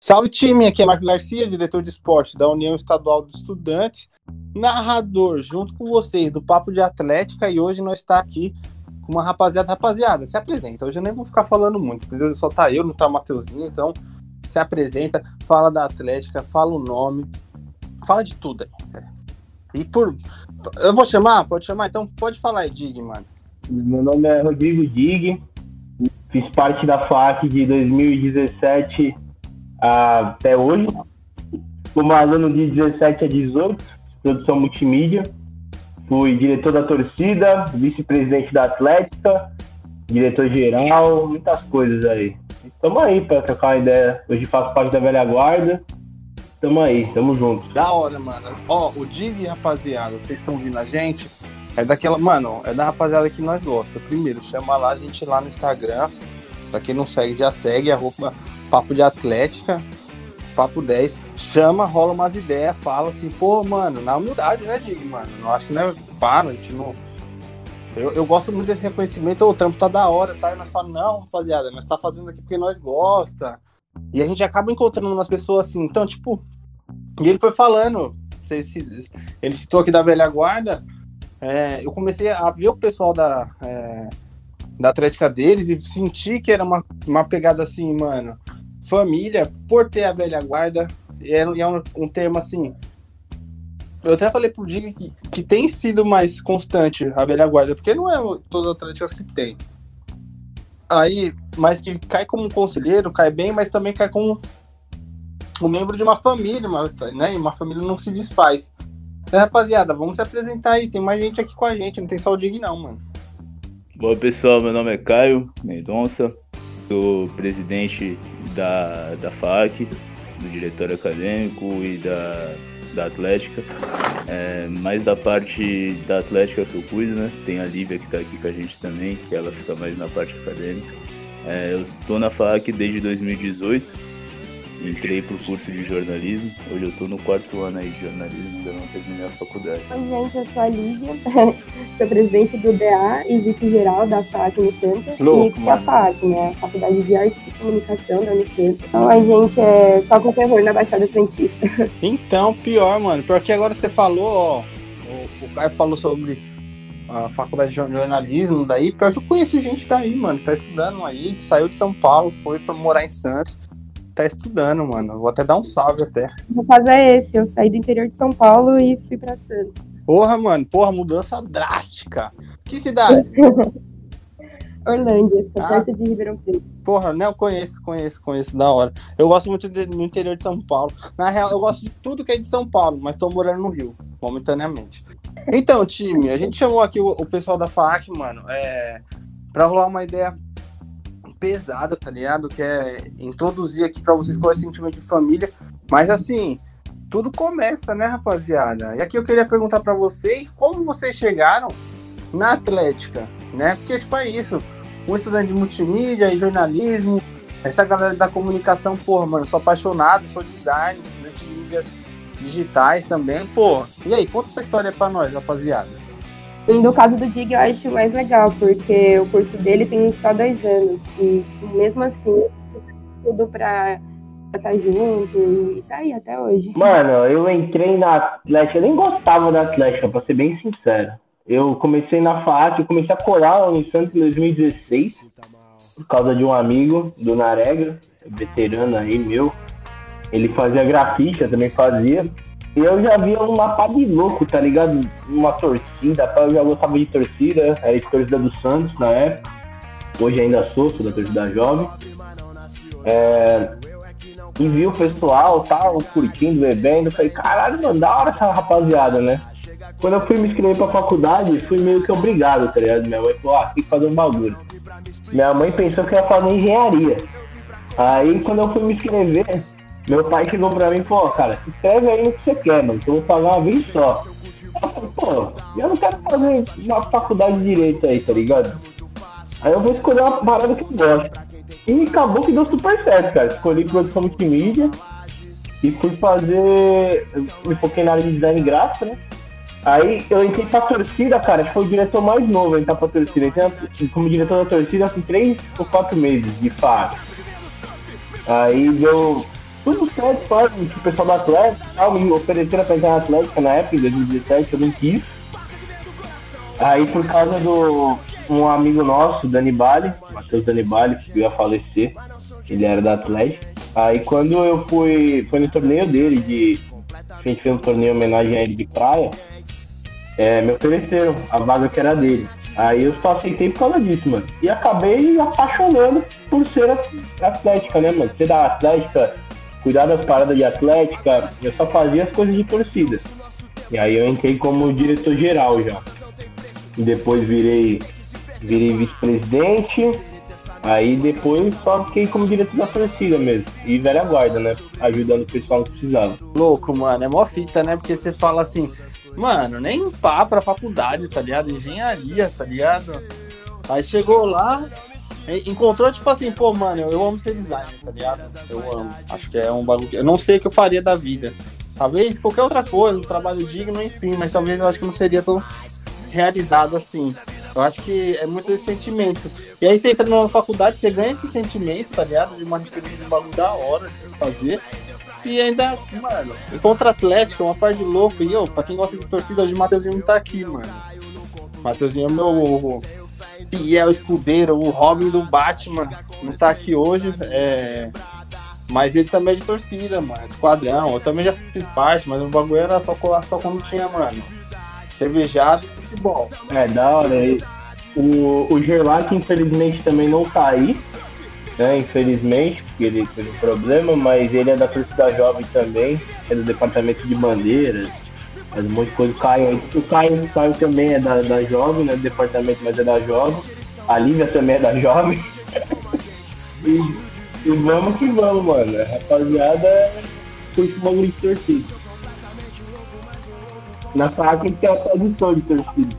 Salve time, aqui é Marco Garcia, diretor de esporte da União Estadual dos Estudantes, narrador junto com vocês do Papo de Atlética, e hoje nós está aqui com uma rapaziada, se apresenta, hoje eu nem vou ficar falando muito, entendeu? Só tá eu, não tá o Mateuzinho, então se apresenta, fala da Atlética, fala o nome, fala de tudo aí. Eu vou chamar? Pode chamar? Então pode falar aí, Dig, mano. Meu nome é Rodrigo Dig, fiz parte da FAC de 2017 até hoje, como aluno de 17 a 18, produção multimídia, fui diretor da torcida, vice-presidente da Atlética, diretor-geral, muitas coisas aí. Estamos aí para trocar uma ideia, hoje faço parte da velha guarda, estamos aí, estamos juntos. Da hora, mano. Ó, o Dig, rapaziada, vocês estão ouvindo a gente, é daquela, mano, é da rapaziada que nós gostamos. Primeiro, chama lá a gente lá no Instagram, pra quem não segue, já segue, Papo de Atlética, Papo 10, chama, rola umas ideias, fala assim, pô, mano, na humildade, né, Dig, mano? Eu acho que não é para, a gente não... Eu gosto muito desse reconhecimento, o trampo tá da hora, tá? E nós falamos, não, rapaziada, nós tá fazendo aqui porque nós gosta. E a gente acaba encontrando umas pessoas assim, então, tipo... E ele foi falando, ele citou aqui da velha guarda, eu comecei a ver o pessoal da Atlética deles e senti que era uma pegada assim, mano, família, por ter a velha guarda, é um termo assim, eu até falei pro Diego que tem sido mais constante a velha guarda, porque não é todas as Atléticas que tem. Aí, mas que cai como um conselheiro, cai bem, mas também cai como um membro de uma família, né? E uma família não se desfaz. Rapaziada, vamos se apresentar aí, tem mais gente aqui com a gente, não tem só o Dig não, mano. Bom, pessoal, meu nome é Caio Mendonça, sou presidente da FAC, do diretório acadêmico e da Atlética, mais da parte da Atlética que eu cuido, né? Tem a Lívia que está aqui com a gente também, que ela fica mais na parte acadêmica. Eu estou na FAC desde 2018, entrei pro curso de jornalismo, hoje eu tô no 4º ano aí de jornalismo, ainda não terminei a faculdade. Oi, gente, eu sou a Lívia, sou presidente do DA e vice-geral da FAC Unicamp. Louco, e a FAC, né, a Faculdade de Arte e Comunicação da Unicamp. Então a gente só com terror na Baixada Santista. Então, pior, mano, porque agora você falou, ó, o Caio falou sobre a Faculdade de Jornalismo daí, pior que eu conheço gente daí, mano, que tá estudando aí, saiu de São Paulo, foi pra morar em Santos. Tá estudando, mano. Vou até dar um salve até. O caso é esse, eu saí do interior de São Paulo e fui pra Santos. Porra, mano, mudança drástica. Que cidade? Orlândia, perto de Ribeirão Preto. Porra, não, conheço, da hora. Eu gosto muito do interior de São Paulo. Na real, eu gosto de tudo que é de São Paulo, mas tô morando no Rio, momentaneamente. Então, time, a gente chamou aqui o pessoal da FAC, mano, pra rolar uma ideia pesada, tá ligado? Que é introduzir aqui pra vocês qual é o sentimento de família. Mas assim, tudo começa, né, rapaziada? E aqui eu queria perguntar pra vocês como vocês chegaram na Atlética, né? Porque, tipo, é isso. Um estudante de multimídia e jornalismo, essa galera da comunicação, porra, mano, sou apaixonado, sou designer, estudante de mídias digitais também, pô. E aí, conta essa história pra nós, rapaziada. No caso do Dig, eu acho mais legal, porque o curso dele tem só 2 anos. E mesmo assim, tudo pra estar junto e tá aí até hoje. Mano, eu entrei na Atlética, eu nem gostava da Atlética, pra ser bem sincero. Eu comecei na FAC, eu comecei a colar no Santos em 2016, por causa de um amigo, do Narega, veterano aí meu. Ele fazia grafite, eu também fazia. E eu já via uma pá de louco, tá ligado? Uma torcida, eu já gostava de torcida, era de torcida do Santos na época. Hoje ainda sou da torcida jovem. E vi o pessoal, tal, curtindo, bebendo. Falei, caralho, mano, da hora essa rapaziada, né? Quando eu fui me inscrever pra faculdade, fui meio que obrigado, tá ligado? Minha mãe falou, tem que fazer um bagulho. Minha mãe pensou que eu ia fazer engenharia. Aí, quando eu fui me inscrever, meu pai chegou pra mim e falou, cara, se inscreve aí no que você quer, mano, que eu vou pagar uma vez só. Eu falei, pô, eu não quero fazer uma faculdade de direito aí, tá ligado? Aí eu vou escolher uma parada que eu gosto. E acabou que deu super certo, cara. Escolhi produção multimídia e fui fazer... Me foquei na área de design gráfico, né? Aí eu entrei pra torcida, cara, acho que foi o diretor mais novo a entrar pra torcida. Entrei como diretor da torcida com 3 ou 4 meses de fato. Aí deu tudo certo, sabe? O pessoal da Atlética e tal, me ofereceram pra entrar na Atlética na época, em 2017, eu não quis. Aí por causa do um amigo nosso, Dani Bali, Matheus Dani Bali, que ia falecer, ele era da Atlética. Aí quando eu foi no torneio dele, a gente fez um torneio em homenagem a ele de praia, me ofereceram a vaga que era dele. Aí eu só aceitei por causa disso, mano. E acabei apaixonando por ser Atlética, né, mano? Ser da Atlética, cuidar das paradas de Atlética, eu só fazia as coisas de torcida. E aí eu entrei como diretor geral já. E depois virei vice-presidente. Aí depois só fiquei como diretor da torcida mesmo. E velha guarda, né? Ajudando o pessoal que precisava. Louco, mano. É mó fita, né? Porque você fala assim, mano, nem pá pra faculdade, tá ligado? Engenharia, tá ligado? Aí chegou lá, encontrou tipo assim, pô, mano, eu amo ser designer, tá ligado? Eu amo. Acho que é um bagulho que eu não sei o que eu faria da vida. Talvez qualquer outra coisa, um trabalho digno, enfim, mas talvez eu acho que não seria tão realizado assim. Eu acho que é muito esse sentimento. E aí você entra numa faculdade, você ganha esse sentimento, tá ligado? De uma referência de um bagulho da hora de se fazer. E ainda, mano, encontra Atlético, uma parte de louco. E eu, pra quem gosta de torcida, hoje o Mateuzinho não tá aqui, mano. O Mateuzinho é meu fiel escudeiro, o Robin do Batman. Não tá aqui hoje, mas ele também é de torcida, mano, esquadrão. Eu também já fiz parte, mas o bagulho era só colar só quando tinha, mano, cervejado e futebol. Da hora. O Gerlach, infelizmente, também não tá aí, né? Infelizmente, porque ele teve um problema, mas ele é da torcida jovem também, é do departamento de bandeiras, faz um monte de coisa. O Caio também é da jovem, né? Do departamento, mas é da jovem. A Lívia também é da jovem. E vamos que vamos, mano. A rapaziada curte o bagulho de torcida. Na faca tem a tradição de torcida.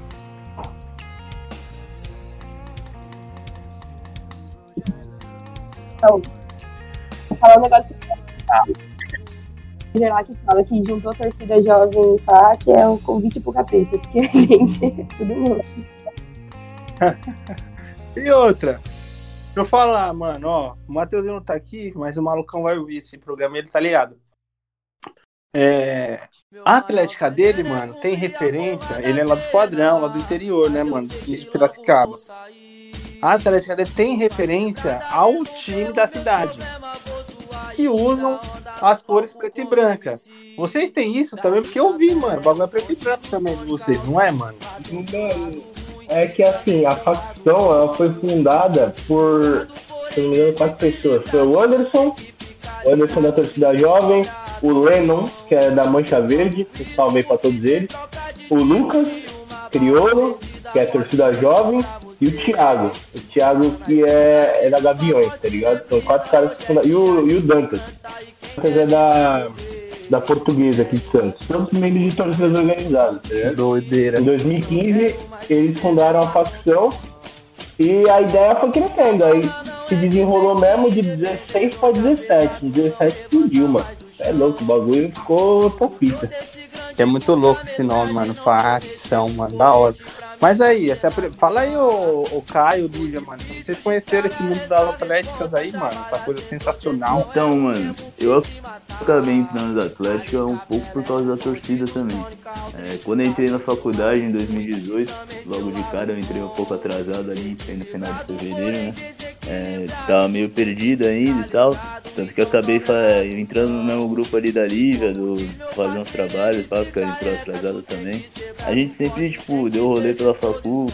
Então, vou falar um negócio que eu falo. O Gerlach fala que juntou a torcida jovem e FAC é um convite pro capeta, porque a gente é tudo mundo. E outra, deixa eu falar, mano, ó, o Mateuzinho não tá aqui, mas o malucão vai ouvir esse programa, ele tá ligado. A Atlética dele, mano, tem referência, ele é lá do esquadrão, lá do interior, né, mano, do 15 de Piracicaba. A Atlética dele tem referência ao time da cidade, que usam as cores preta e branca. Vocês têm isso também? Porque eu vi, mano, o bagulho é preto e branco também de vocês, não é, mano? É que assim, a facção ela foi fundada por, se não me engano, 4 pessoas. Foi o Anderson da torcida jovem, o Lennon, que é da Mancha Verde, um salve aí pra todos eles, o Lucas Criolo, que é torcida jovem, e o Thiago que é da Gaviões, tá ligado? São 4 caras que fundaram. E o Dantas. O Dantas é da Portuguesa aqui de Santos. Todos membros de torcidas organizadas, tá ligado? Doideira. Em 2015, eles fundaram a facção e a ideia foi crescendo. Aí se desenrolou mesmo de 16 para 17. Em 17 explodiu, mano. É louco, o bagulho ficou outra fita. É muito louco esse nome, mano. Facção, mano. Da hora. Mas aí, fala aí, o Caio, Lívia, mano. Vocês conheceram esse mundo das atléticas aí, mano? Essa coisa sensacional. Então, mano, eu acabei entrando na Atlética um pouco por causa da torcida também. Quando eu entrei na faculdade em 2018, logo de cara eu entrei um pouco atrasado ali, entrei no final de fevereiro, né? Tava meio perdido ainda e tal. Tanto que eu acabei entrando no mesmo grupo ali da Lívia, fazer uns trabalhos, tal, porque ela entrou atrasada também. A gente sempre, tipo, deu rolê pela facu,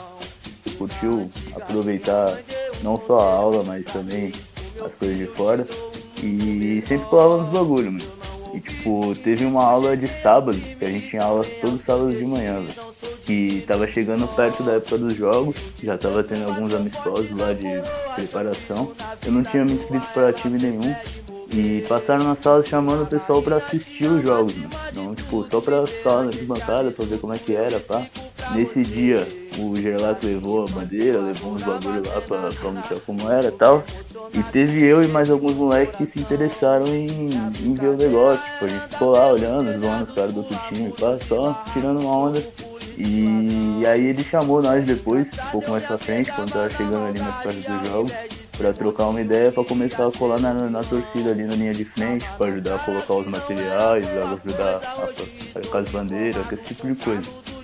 curtiu aproveitar não só a aula, mas também as coisas de fora. E sempre colava nos bagulho, mano. E, tipo, teve uma aula de sábado, que a gente tinha aula todos os sábados de manhã, velho. Que tava chegando perto da época dos jogos, já tava tendo alguns amistosos lá de preparação. Eu não tinha me inscrito para time nenhum. E passaram na sala chamando o pessoal pra assistir os jogos, mano. Então, tipo, só pra ficar na bancada, pra ver como é que era, pá. Nesse dia, o Gerlach levou a bandeira, levou uns bagulho lá pra mostrar como era e tal. E teve eu e mais alguns moleques que se interessaram em ver o negócio. Tipo, a gente ficou lá olhando, zoando os caras do outro time, pá, só tirando uma onda. E aí ele chamou nós depois, um pouco mais pra frente, quando tava chegando ali nas partes dos jogos. pra trocar uma ideia, pra começar a colar na torcida ali na linha de frente, pra ajudar a colocar os materiais, ajudar com as bandeiras, com esse tipo de coisa.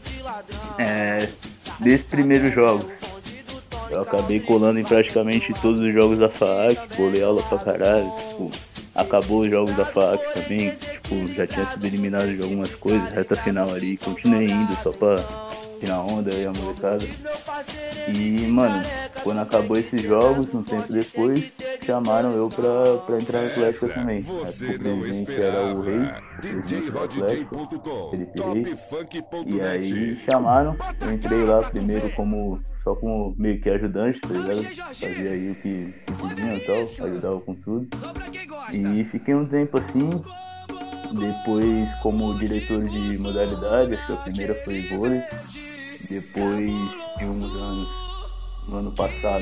Desses primeiros jogos, eu acabei colando em praticamente todos os jogos da FAAC, colei aula pra caralho, tipo, acabou os jogos da FAAC também, tipo, já tinha sido eliminado de algumas coisas, reta final ali, continuei indo só pra tirar onda aí a molecada. E, mano, quando acabou esses jogos, um tempo depois, chamaram eu pra entrar na Atlética também. O presidente era o Rei, o presidente da Atlética, Felipe Rei. E aí chamaram, eu entrei lá primeiro só como meio que ajudante, tá ligado? Fazia aí o que pediam e tal, ajudava com tudo. E fiquei um tempo assim, depois como diretor de modalidade, acho que a primeira foi vôlei. Depois de uns anos, no ano passado,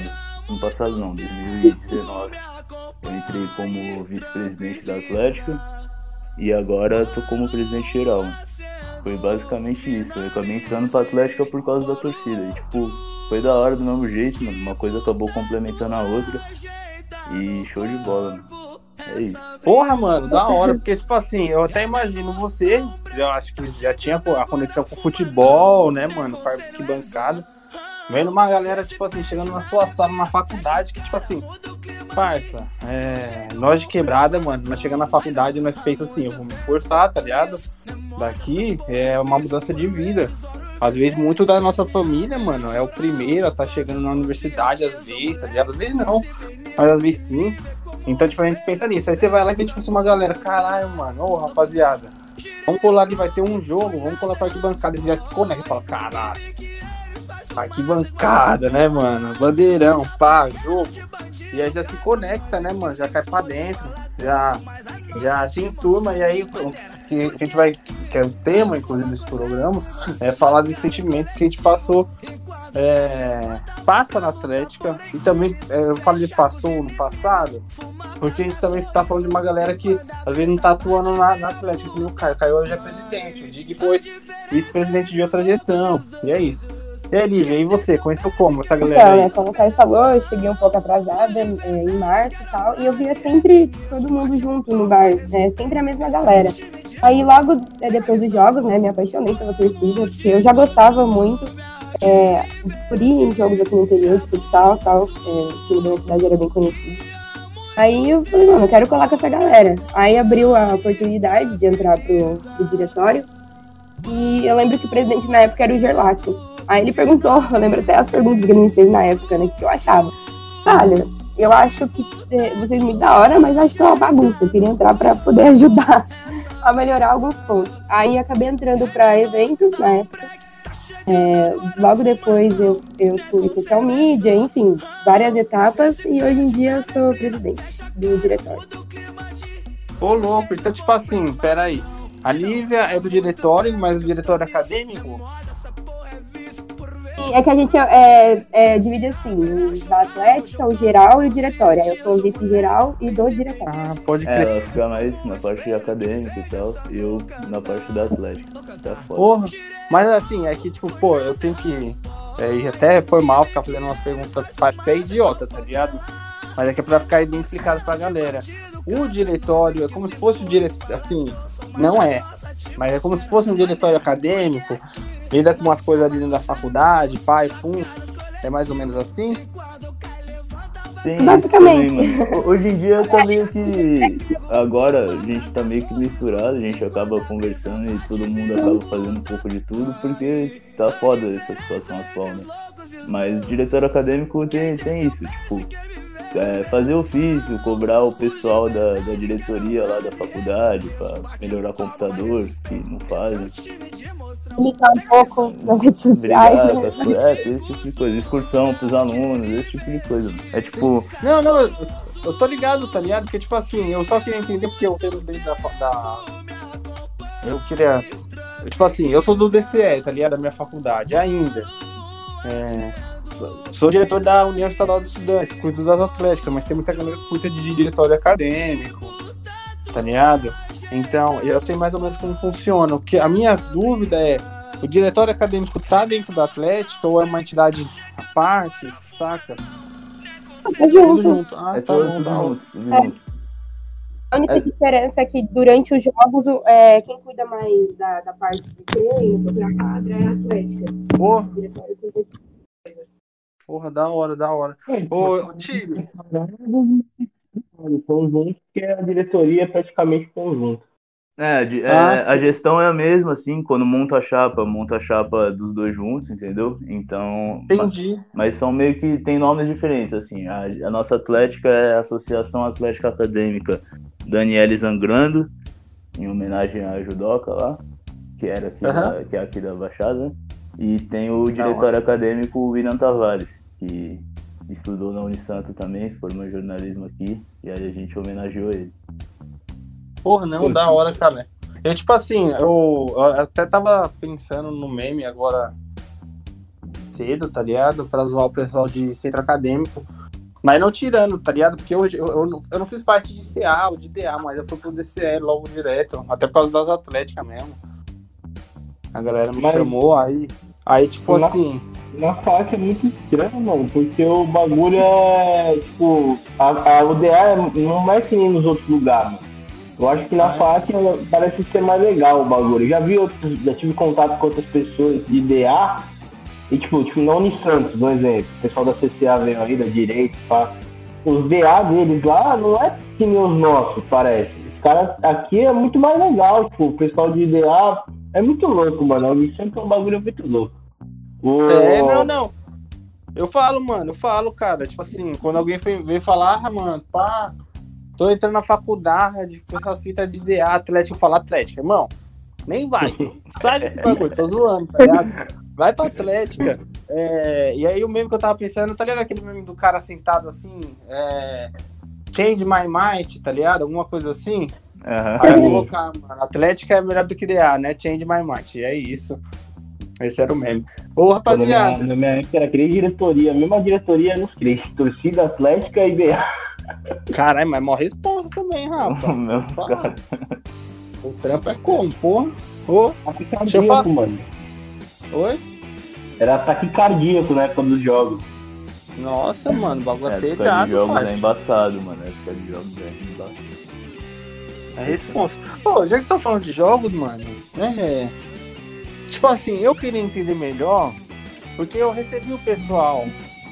2019, eu entrei como vice-presidente da Atlética e agora tô como presidente geral. Foi basicamente isso, eu acabei entrando pra Atlética por causa da torcida. E, tipo, foi da hora do mesmo jeito, mano. Uma coisa acabou complementando a outra e show de bola, mano. É isso. Porra, mano, da hora, porque, tipo assim, eu até imagino você, eu acho que já tinha a conexão com o futebol, né, mano, com a arquibancada, vendo uma galera, tipo assim, chegando na sua sala, na faculdade, que, tipo assim, parça, nós de quebrada, mano, nós chegando na faculdade, nós pensamos assim, eu vou me esforçar, tá ligado? Daqui é uma mudança de vida. Às vezes, muito da nossa família, mano, é o primeiro a tá chegando na universidade, às vezes, tá ligado? Às vezes não, mas às vezes sim. Então, tipo, a gente pensa nisso. Aí você vai lá e vê, tipo assim, uma galera, caralho, mano, ô, rapaziada, vamos colar ali, vai ter um jogo, vamos colar pra arquibancada. E você já se conecta e fala, caralho, arquibancada, né, mano, bandeirão, pá, jogo. E aí já se conecta, né, mano, já cai pra dentro, já se enturma. E aí, que a gente vai, que é o tema, inclusive, desse programa, é falar desse sentimento que a gente passou, passa na Atlética. E também, eu falo de passou no passado, porque a gente também tá falando de uma galera que às vezes não tá atuando na Atlética, que nem o Caio hoje é presidente, o Dig foi vice-presidente de outra gestão, e é isso. E aí, Lívia, e você? Conheceu como essa galera então, aí? né, como o Caio falou, eu cheguei um pouco atrasada em março e tal, e eu via sempre todo mundo junto no bar, sempre a mesma galera. Aí logo depois dos jogos, né, me apaixonei pela torcida, porque eu já gostava muito, por ir em jogos aqui no interior de futsal e tal, o time da minha cidade era bem conhecido. Aí eu falei, mano, eu quero colar com essa galera. Aí abriu a oportunidade de entrar pro diretório, e eu lembro que o presidente na época era o Gerlach. Aí ele perguntou, eu lembro até as perguntas que ele me fez na época, né, que eu achava. Olha, eu acho que vocês muito da hora, mas acho que é uma bagunça. Eu queria entrar para poder ajudar a melhorar alguns pontos. Aí acabei entrando para eventos na época. Logo depois eu fui social media, enfim, várias etapas. E hoje em dia eu sou presidente do diretório. Ô, louco, então, tipo assim, peraí. A Lívia é do diretório, mas o diretório acadêmico? É que a gente divide assim, da Atlética, o geral e o diretório. Aí eu sou o vice-geral e do diretório. Ah, pode crer. Ela fica mais na parte acadêmica e tal, e eu na parte da Atlética. Tá foda. Porra, mas assim, é que tipo, pô, eu tenho que... e até foi mal ficar fazendo umas perguntas que parece até idiota, tá ligado? Mas é que é pra ficar bem explicado pra galera. O diretório é como se fosse assim, não é, mas é como se fosse um diretório acadêmico, lida com umas coisas ali dentro da faculdade, pai, pum, é mais ou menos assim? Sim, basicamente. Também, hoje em dia tá meio que... Agora a gente tá meio que misturado, a gente acaba conversando e todo mundo acaba fazendo um pouco de tudo, porque tá foda essa situação atual, né? Mas o diretor acadêmico tem isso, tipo... fazer ofício, cobrar o pessoal da diretoria lá da faculdade pra melhorar o computador, que não fazem. Clicar um pouco nas redes sociais. Esse tipo de coisa. Excursão pros alunos, esse tipo de coisa. É tipo... Não, eu tô ligado, tá ligado? Porque, tipo assim, eu só queria entender porque eu tenho dentro da... Eu queria... Tipo assim, eu sou do DCE, tá ligado? Da minha faculdade, ainda. Sou diretor da União Estadual dos Estudantes, cuido das atléticas, mas tem muita galera que cuida de diretório acadêmico, tá ligado? Então, eu sei mais ou menos como funciona. A minha dúvida é, o diretório acadêmico tá dentro da Atlética ou é uma entidade à parte, saca? É Tudo junto. junto. Ah, É tá tudo bom, da hora. junto, tudo junto. A única diferença é que durante os jogos, quem cuida mais da parte de treino, da quadra, é a Atlética. Porra, O diretório cuida porra, da hora, da hora. Ô, Tigre, Eles são juntos porque a diretoria é praticamente conjunto. ah, A sim, gestão é a mesma, assim, quando monta a chapa dos dois juntos, entendeu? Então, entendi. mas são meio que tem nomes diferentes, assim. A nossa Atlética é a Associação Atlética Acadêmica Daniele Zangrando, em homenagem à judoca lá, Aham, que é aqui da Baixada, né? E tem o da hora. diretório acadêmico William Tavares, que estudou na Unisanto também, se formou em jornalismo aqui, e aí a gente homenageou ele. Porra, não, da hora, cara. Eu, tipo assim, eu até tava pensando no meme agora cedo, tá ligado? Pra zoar o pessoal de centro acadêmico. Mas não tirando, tá ligado? Porque hoje eu não fiz parte de CA ou de DA, mas eu fui pro DCE logo direto. Até por causa das Atléticas mesmo. A galera me Mas- chamou, aí tipo Na- assim. Na FAC é muito estranho, mano, porque o bagulho é, tipo, a UDA não é que nem nos outros lugares, mano. Eu acho que na FAC parece ser mais legal o bagulho. Já tive contato com outras pessoas de DA, e tipo na Unisantos, um exemplo. O pessoal da CCA veio aí, da direita, pá. Os DA deles lá não é que nem os nossos, parece. Os caras aqui é muito mais legal, tipo, o pessoal de DA é muito louco, mano. A Unisantos é um bagulho muito louco. Não. Eu falo, mano, cara. Tipo assim, quando alguém veio falar, mano, pá, tô entrando na faculdade, o pessoal fita de DA, Atlético, eu falo Atlética, irmão, nem vai. Sai desse bagulho, tô zoando, tá ligado? Vai pra Atlética. E aí o meme que eu tava pensando, tá ligado aquele meme do cara sentado assim, Change My Mind, tá ligado? Alguma coisa assim. Aham. Aí eu colocar, mano, Atlética é melhor do que DA, né? Change My Mind. E é isso. Esse era o meme. Ô, rapaziada. Na minha época era três diretoria, a mesma diretoria nos três, torcida Atlética e DA. Caralho, mas mó responsa também, rapaz. Meus Fala. caras. O trampo é como, porra? Ô, Ataque Deixa eu falar. cardíaco, mano. oi? Era ataque cardíaco na época dos jogos. Nossa, mano, o bagulho é Época de pegado, jogos é parça. embaçado, mano. Época de jogos é embaçado. É responsa. Ô, já que você tá falando de jogos, mano, tipo assim, eu queria entender melhor, porque eu recebi o pessoal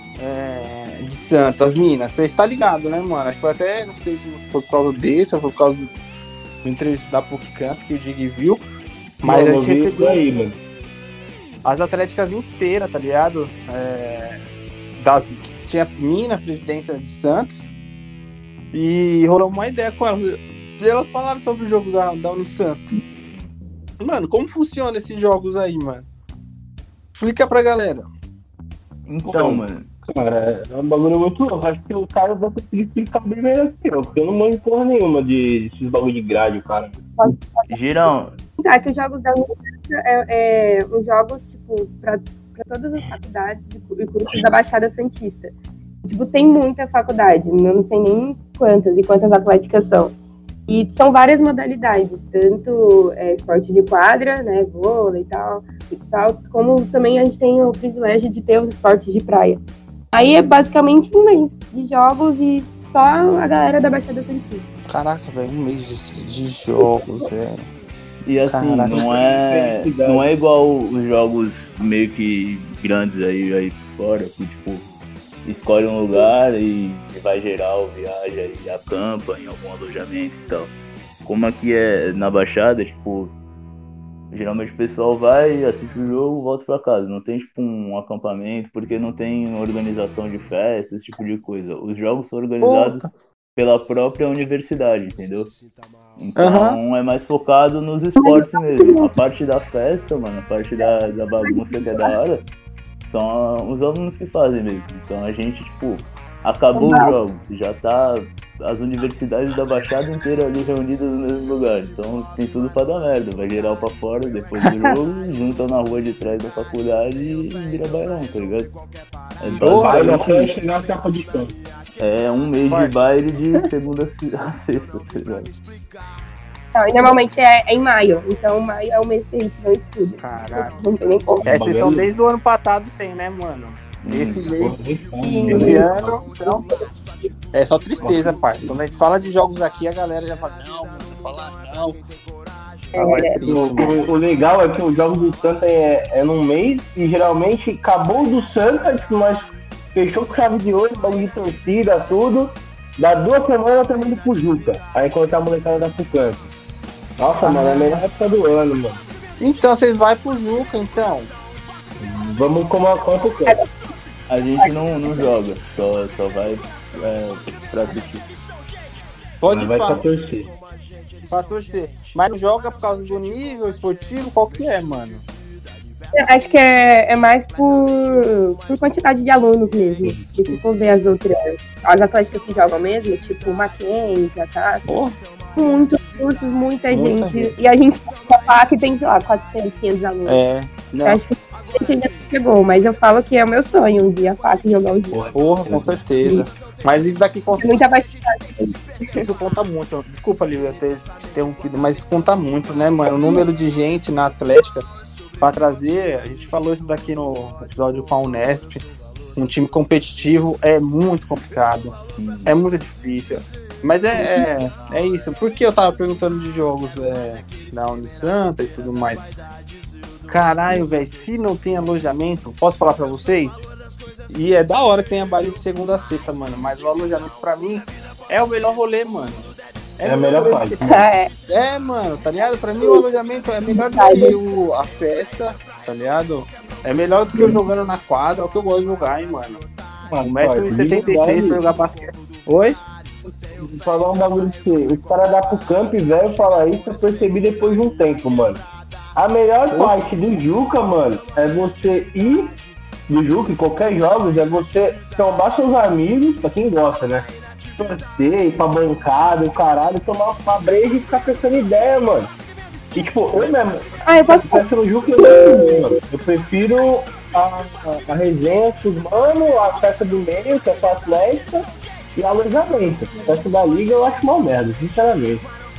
de Santos, as minas, você está ligado, né, mano? Acho que foi até, não sei se foi por causa desse ou foi por causa do entrevista da PUC Camp que o Dig viu, mas Mano, a eu gente vi isso recebeu aí, mano. as atléticas inteiras, tá ligado? Tinha mina, presidência de Santos, e rolou uma ideia com elas. E elas falaram sobre o jogo da Unisanto. Mano, como funciona esses jogos aí, mano? Explica pra galera. Então, mano. Cara, é um bagulho muito louco. Acho que o cara vai conseguir explicar bem melhor que eu, porque eu não manjo porra nenhuma desses bagulho de grade, cara. Girão, Tá, que os jogos da Unicamp os jogos, tipo, pra todas as faculdades e cursos da Baixada Santista. Tipo, tem muita faculdade, eu não sei nem quantas e quantas atléticas são. E são várias modalidades, tanto esporte de quadra, né, vôlei e tal, futsal, como também a gente tem o privilégio de ter os esportes de praia. Aí é basicamente um mês de jogos e só a galera da Baixada Santista. Caraca, velho, um mês de jogos, velho. e assim, Caraca. não é igual os jogos meio que grandes aí fora, que tipo, escolhe um lugar e vai geral, viaja e acampa em algum alojamento e tal. Como aqui é na Baixada, tipo, geralmente o pessoal vai, assiste o jogo, volta pra casa. Não tem tipo um acampamento, porque não tem organização de festa, esse tipo de coisa. Os jogos são organizados pela própria universidade, entendeu? Então é mais focado nos esportes mesmo. A parte da festa, mano, a parte da bagunça que é da hora, são os alunos que fazem mesmo. Então a gente, tipo, acabou os jogos, já tá as universidades da Baixada inteira ali reunidas no mesmo lugar. Então tem tudo pra dar merda. Vai geral pra fora depois do jogo, junta na rua de trás da faculdade e vira bailão, tá ligado? Vai até chegar a capa de campo. É um mês de baile de segunda a sexta, tá ligado? Não, e normalmente é em maio, então maio é o mês que a gente não estuda. Caraca. Não tem nem como. Vocês estão desde o ano passado sem, né, mano? Esse mês, Sim. esse ano, então, é só tristeza, parça. Quando a gente fala de jogos aqui, a galera já fala, não, mano, não fala não. Ah, vai triste, mano. O legal é que os jogos do Santa é num mês e geralmente acabou o do Santa, tipo, nós fechou com chave de ouro, bagulho de torcida, tudo. Dá 2 semanas eu tô indo pro Juca. Aí enquanto a molecada dá pro canto. Nossa, mano, é a melhor época do ano, mano. Então, vocês vão pro Juca, então. Vamos como a quanto canto. A gente não joga, só vai pra assistir. Pode Vai ir pra torcer. pra torcer. Mas não joga por causa do nível esportivo? Qual que é, mano? Acho que é mais por quantidade de alunos mesmo. Se for ver as atléticas que jogam mesmo, tipo o Mackenzie, a Casa, muitos cursos, muita gente. E a gente, com a FAC, tem, sei lá, 400, 500 alunos. Não. Eu acho que a gente ainda não chegou, mas eu falo que é o meu sonho um dia a FAC jogar o jogo. Porra, com certeza. Mas isso daqui conta. É muita quantidade. Isso conta muito. Desculpa, Lívia, ter te interrompido, mas isso conta muito, né, mano? O número de gente na Atlética pra trazer, a gente falou isso daqui no episódio com a Unesp, um time competitivo é muito complicado, é muito difícil. Mas é isso. Por que eu tava perguntando de jogos da Unisanta e tudo mais? Caralho, velho, se não tem alojamento, posso falar pra vocês? E é da hora que tem a baile de segunda a sexta, mano, mas o alojamento pra mim é o melhor rolê, mano. É a melhor parte. Mano, tá ligado? Pra mim o alojamento é melhor do que a festa, tá ligado? É melhor do que eu jogando na quadra, é o que eu gosto de jogar, hein, mano. 1,76m pra jogar basquete. Oi? Vou falar um bagulho de você. Os caras dão pro campo e velho falar isso, eu percebi depois de um tempo, mano. A melhor parte do Juca, mano, é você ir do Juca em qualquer jogo, é você tomar seus amigos, pra quem gosta, né? Torcer, ir pra bancada, o caralho, tomar uma breja e ficar pensando ideia, mano. E tipo, eu mesmo, Eu posso festa no Juca eu prefiro a resenha com os mano, a festa do meio, que é com a Atlética, e alojamento. A festa da Liga eu acho uma merda, sinceramente.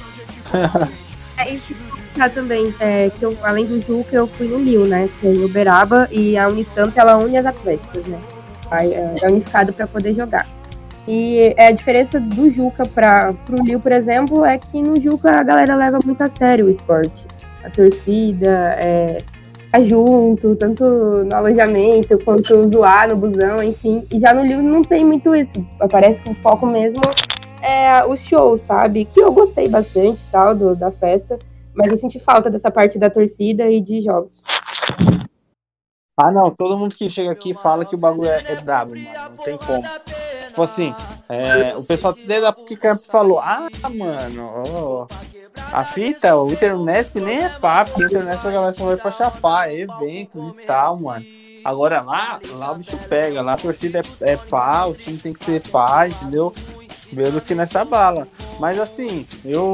Isso também, que eu, além do Juca, eu fui no Lio, né? Que é em Uberaba, e a Unisanta, ela une as atléticas, né? Aí, é unificado pra poder jogar. E a diferença do Juca pro Lio, por exemplo, é que no Juca a galera leva muito a sério o esporte. A torcida, ficar junto, tanto no alojamento quanto zoar no busão, enfim. E já no Lio não tem muito isso. Parece que o foco mesmo é os shows, sabe? Que eu gostei bastante, tal, da festa. Mas eu senti falta dessa parte da torcida e de jogos. Ah, não, todo mundo que chega aqui fala que o bagulho é brabo, mano, não tem como. Tipo assim, o pessoal desde a Camp falou, mano, a fita, o Internesp nem é papo, porque o Internesp a galera só vai pra chapar, eventos e tal, mano. Agora lá o bicho pega, lá a torcida é pá, o time tem que ser pá, entendeu? Mesmo que nessa bala. Mas assim,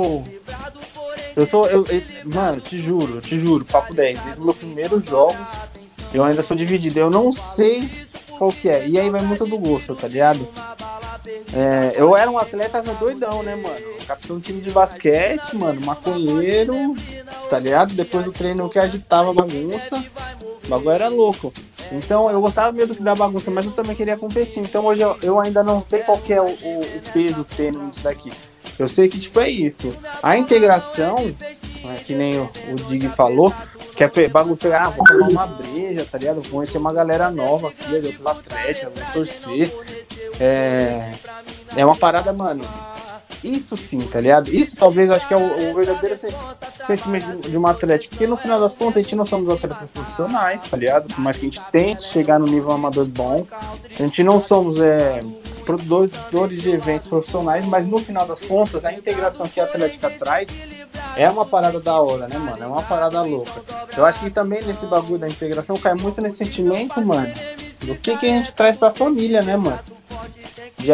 mano, te juro, papo 10, desde os meus primeiros jogos, eu ainda sou dividido, eu não sei qual que é, e aí vai muito do gosto, tá ligado? Eu era um atleta doidão, né, mano? Capitão de time de basquete, mano, maconheiro, tá ligado? Depois do treino que agitava a bagunça, o bagulho era louco. Então eu gostava mesmo da bagunça, mas eu também queria competir. Então hoje eu ainda não sei qual que é o peso tênis disso daqui. Eu sei que, tipo, é isso. A integração, que nem o Dig falou, que é bagulho pegar, vou tomar uma breja, tá ligado? Vou conhecer uma galera nova aqui, de outro Atlético, vou torcer. É uma parada, mano. Isso sim, tá ligado? Isso talvez acho que é o verdadeiro sentimento de uma atlética. Porque no final das contas a gente não somos atletas profissionais, tá ligado? Por mais que a gente tente chegar no nível amador bom, a gente não somos produtores de eventos profissionais, mas no final das contas a integração que a Atlética traz é uma parada da hora, né, mano? É uma parada louca. Eu acho que também nesse bagulho da integração cai muito nesse sentimento, mano, do que a gente traz pra família, né, mano? De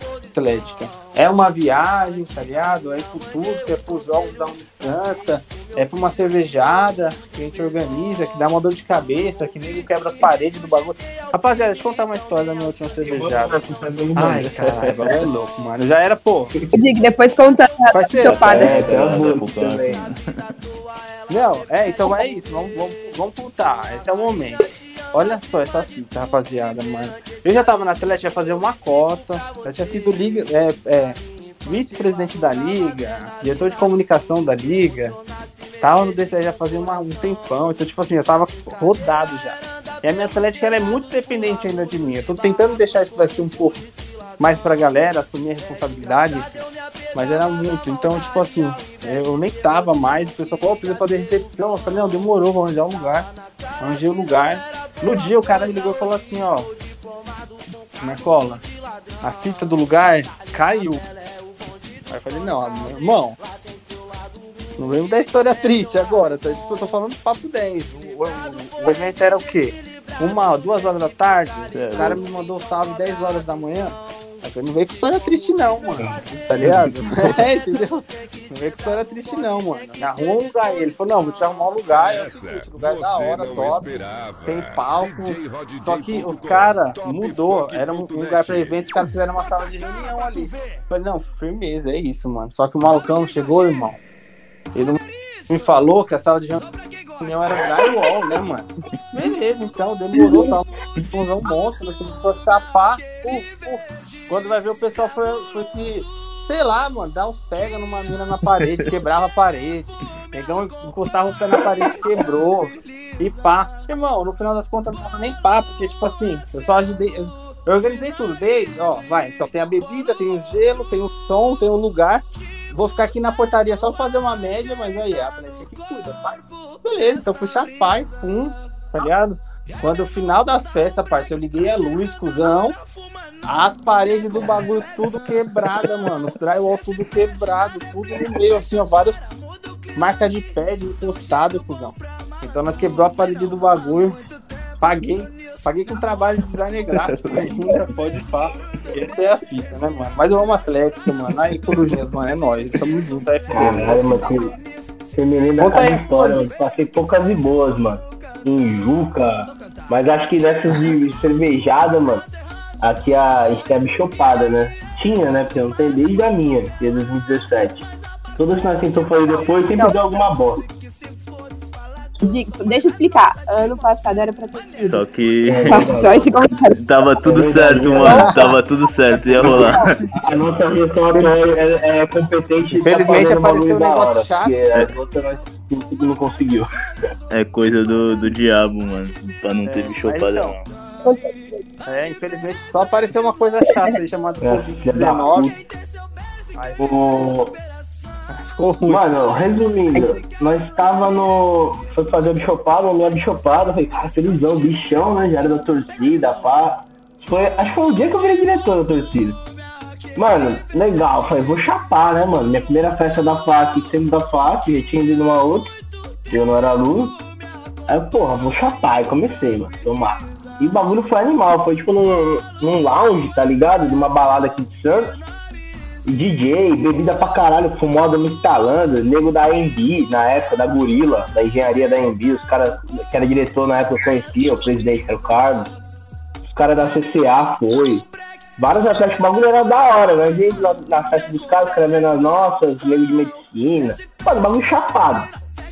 Atlética. É uma viagem, tá ligado? É pro tudo, é pros jogos da Unisanta, é pra uma cervejada que a gente organiza, que dá uma dor de cabeça, que nego quebra as paredes do bagulho. Rapaziada, deixa eu contar uma história da minha última cervejada. Ai, caralho, o bagulho é louco, mano. Já era, pô. Eu digo, depois conta a chopada. Não, então é isso, vamos contar, esse é o momento. Olha só essa fita, rapaziada, mano. Eu já tava na Atlético, ia fazer uma cota, já tinha sido vice-presidente da Liga, diretor de comunicação da Liga, tava no DCE já fazia um tempão, então tipo assim, eu tava rodado já. E a minha Atlética, ela é muito dependente ainda de mim, eu tô tentando deixar isso daqui um pouco mais pra galera, assumir a responsabilidade, enfim. Mas era muito, então tipo assim, eu nem tava mais, o pessoal falou, precisa fazer recepção, eu falei, não, demorou, vou arranjar um lugar, arranjei o lugar. No dia o cara me ligou e falou assim, ó, Marcola, a fita do lugar caiu. Aí eu falei, não, meu irmão, não vem da história triste agora, tá? Tipo, eu tô falando papo 10, o evento era o quê? 2 horas da tarde, o cara me mandou salve 10 horas da manhã. Eu não veio com história triste não, mano. Tá ligado? Entendeu? Não veio com história triste não, mano. Me arruma um lugar. Ele falou, não, vou te arrumar um lugar. É o seguinte, lugar da hora, top. Tem palco. Só que os caras mudou. Era um lugar pra eventos, os caras fizeram uma sala de reunião ali. Eu falei, não, firmeza, é isso, mano. Só que o malucão chegou, irmão. Ele me falou que a sala de reunião era drywall, né, mano? Beleza, então, demorou, só um somzão monstro, começou a chapar, Quando vai ver o pessoal foi se, sei lá, mano, dar uns pega numa mina na parede, quebrava a parede, negão encostava o pé na parede, quebrou, e pá. Irmão, no final das contas não dava nem pá, porque, tipo assim, eu só ajudei, eu organizei tudo, então tem a bebida, tem o gelo, tem o som, tem o lugar. Vou ficar aqui na portaria só fazer uma média, mas aí a Atlética que cuida, faz. Beleza, então fui chapar, tá ligado? Quando o final das festas, parceiro, eu liguei a luz, cuzão, as paredes do bagulho tudo quebrada, mano, os drywall tudo quebrado, tudo no meio, assim, ó, várias marcas de pé de encostado, cuzão. Então nós quebrou a parede do bagulho, paguei com trabalho de designer gráfico ainda, pode falar. Essa é a fita, né, mano? Mas eu amo Atlético, mano. Aí, Corujinhas, mano, é nóis. Estamos juntos, é FD. Caralho, mano, que menino da casa história, mano. Passei poucas e boas, mano. Em Juca. Mas acho que nessas de cervejada, mano, aqui a gente tem a bichopada, né? Tinha, né? Porque não tem desde a minha, que é 2017. Todas que nós tentamos fazer depois, sempre deu alguma bosta. Deixa eu explicar. Ano passado era pra ter sido. Só que só esse comentário. Tava tudo certo, mano. Tava tudo certo, ia rolar. A nossa gestão é competente. Infelizmente apareceu um negócio chato. A outra nós não conseguiu. É coisa do diabo, mano. Pra não ter bichopada, então, não. Infelizmente só apareceu uma coisa chata chamada Covid-19. Aí ficou ruim. Mano, resumindo, nós tava foi fazer a bichopada, a minha bichopada, falei, cara, felizão, bichão, né? Já era da torcida, pá. Acho que foi o dia que eu virei diretor da torcida. Mano, legal, falei, vou chapar, né, mano? Minha primeira festa da FAC, sempre da FAC, já tinha ido numa outra, eu não era aluno. Aí, porra, vou chapar, aí comecei, mano, tomar. E o bagulho foi animal, foi tipo num lounge, tá ligado? De uma balada aqui de Santos. DJ, bebida pra caralho, fumada me instalando, nego da AMB, na época, da Gorila, da engenharia da AMB, os caras que era diretor na época eu conhecia, o presidente era o Carlos, os caras da CCA foi, vários atletas, o bagulho era da hora, né? Gente na festa dos caras, os caras vendo as nossas, nego de medicina, mano, bagulho chapado,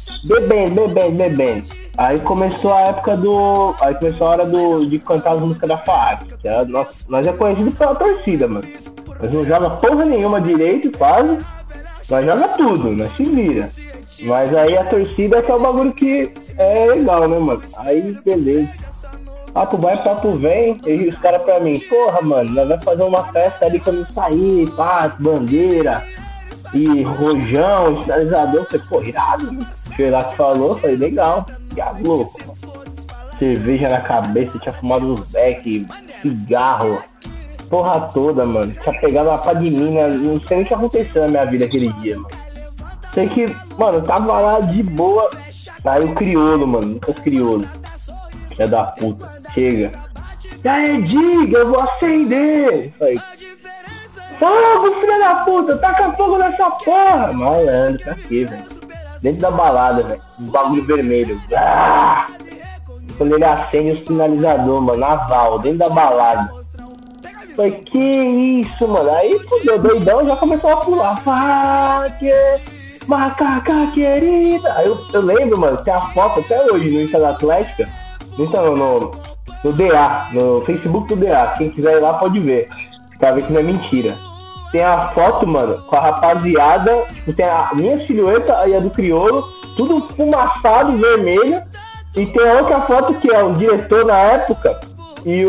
bebendo. Aí começou a época aí começou a hora de cantar as músicas da FAC, que era, nós é conhecido pela torcida, mano. Nós não joga porra nenhuma direito, quase. Nós joga tudo, nós se vira. Mas aí a torcida é que é o bagulho que é legal, né, mano? Aí, beleza. Papo vai, papo vem. E os caras pra mim, porra, mano, nós vamos fazer uma festa ali quando sair, pá, bandeira. E rojão, sinalizador. Eu falei, pô, irado, né? O Gelato falou, falei, legal. Que louco, mano. Cerveja na cabeça, tinha fumado uns beck, cigarro. Porra toda, mano. Tinha pegado uma pá de mina. Não sei nem o que aconteceu na minha vida aquele dia, mano. Sei que, mano, eu tava lá de boa. Aí o crioulo, mano. Lucas Crioulo. Filha da puta. Chega. E aí, diga, eu vou acender. Falei, fogo, filha da puta. Taca fogo nessa porra. Malandro, pra quê, velho? dentro da balada, velho. Um bagulho vermelho. Ah! Quando ele acende o sinalizador, mano, naval, dentro da balada. Falei, que isso, mano? Aí fudeu, doidão, já começou a pular. Faque, macaca querida. Aí eu lembro, mano, tem a foto até hoje no Insta da Atlética. Então, no DA, no Facebook do DA. Quem quiser ir lá pode ver. Pra ver que não é mentira. Tem a foto, mano, com a rapaziada. Tipo, tem a minha silhueta e a do Criolo. Tudo fumaçado, vermelho. E tem a outra foto que é o diretor na época. E